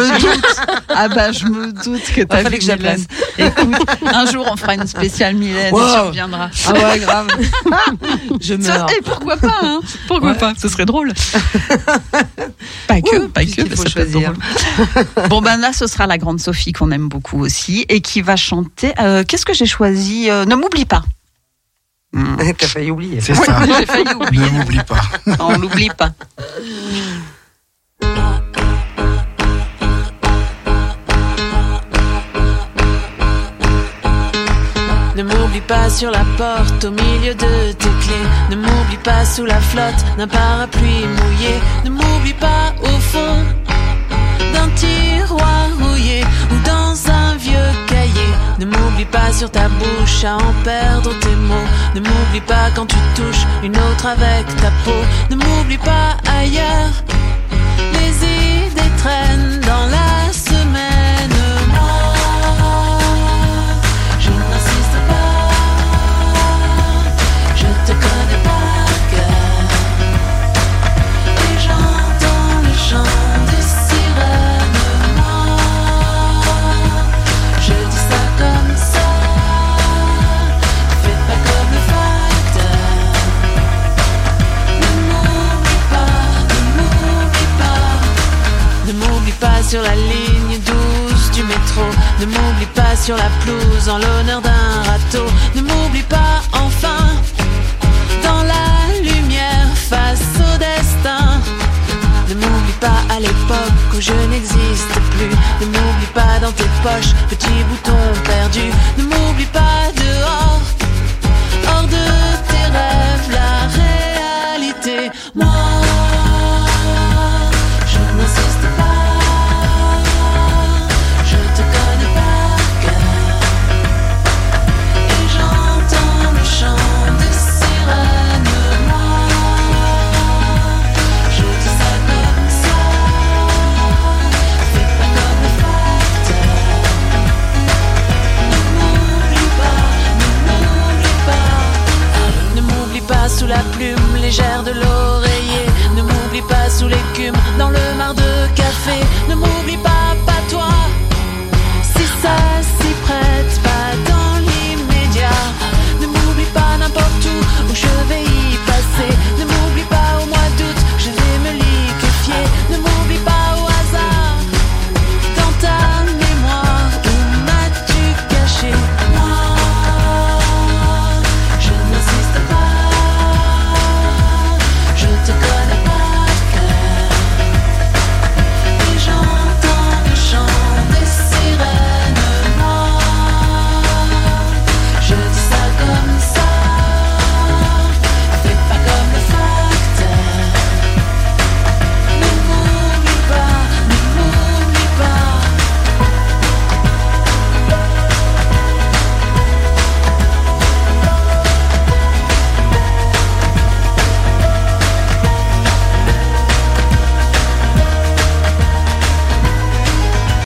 me doute que t'as vu que Mylène. Écoute, un jour on fera une spéciale Mylène et tu reviendras. Ah ouais, grave. Je meurs. Et pourquoi pas, hein? Pourquoi pas? Ce serait drôle. Pas que, faut ça peut être drôle. Bon, là, ce sera la grande Sophie qu'on aime beaucoup aussi et qui va chanter. Qu'est-ce que j'ai choisi? Ne m'oublie pas. T'as failli oublier. C'est ça. J'ai failli oublier. Ne m'oublie pas. On l'oublie pas. Ne m'oublie pas sur la porte au milieu de tes clés. Ne m'oublie pas sous la flotte d'un parapluie mouillé. Ne m'oublie pas au fond d'un tiroir rouillé ou dans un vieux cahier. Ne m'oublie pas sur ta bouche à en perdre tes mots. Ne m'oublie pas quand tu touches une autre avec ta peau. Ne m'oublie pas ailleurs. Les idées traînent dans la semaine. Moi, je n'insiste pas. Je te connais par cœur. Et j'entends le chant des sirènes. Moi, je dis ça comme ça. Fais pas comme le facteur. Ne m'oublie pas, ne m'oublie pas. Ne m'oublie pas sur la ligne 12 du métro. Ne m'oublie pas sur la pelouse en l'honneur d'un râteau. Ne m'oublie pas enfin dans la lumière face au destin. Ne m'oublie pas à l'époque où je n'existe plus. Ne m'oublie pas dans tes poches, petit bouton perdu. Ne m'oublie pas dehors, hors de tes rêves, la réalité. Moi, je n'insiste pas. Je te connais par cœur. Et j'entends le chant des sirènes. Moi, je dis ça comme ça. Fais pas comme le facteur. Ne m'oublie pas, ne m'oublie pas. Ne m'oublie pas sous la plume légère de l'oreiller. Ne m'oublie pas sous sous l'écume, dans le mar de café. Ne m'oublie pas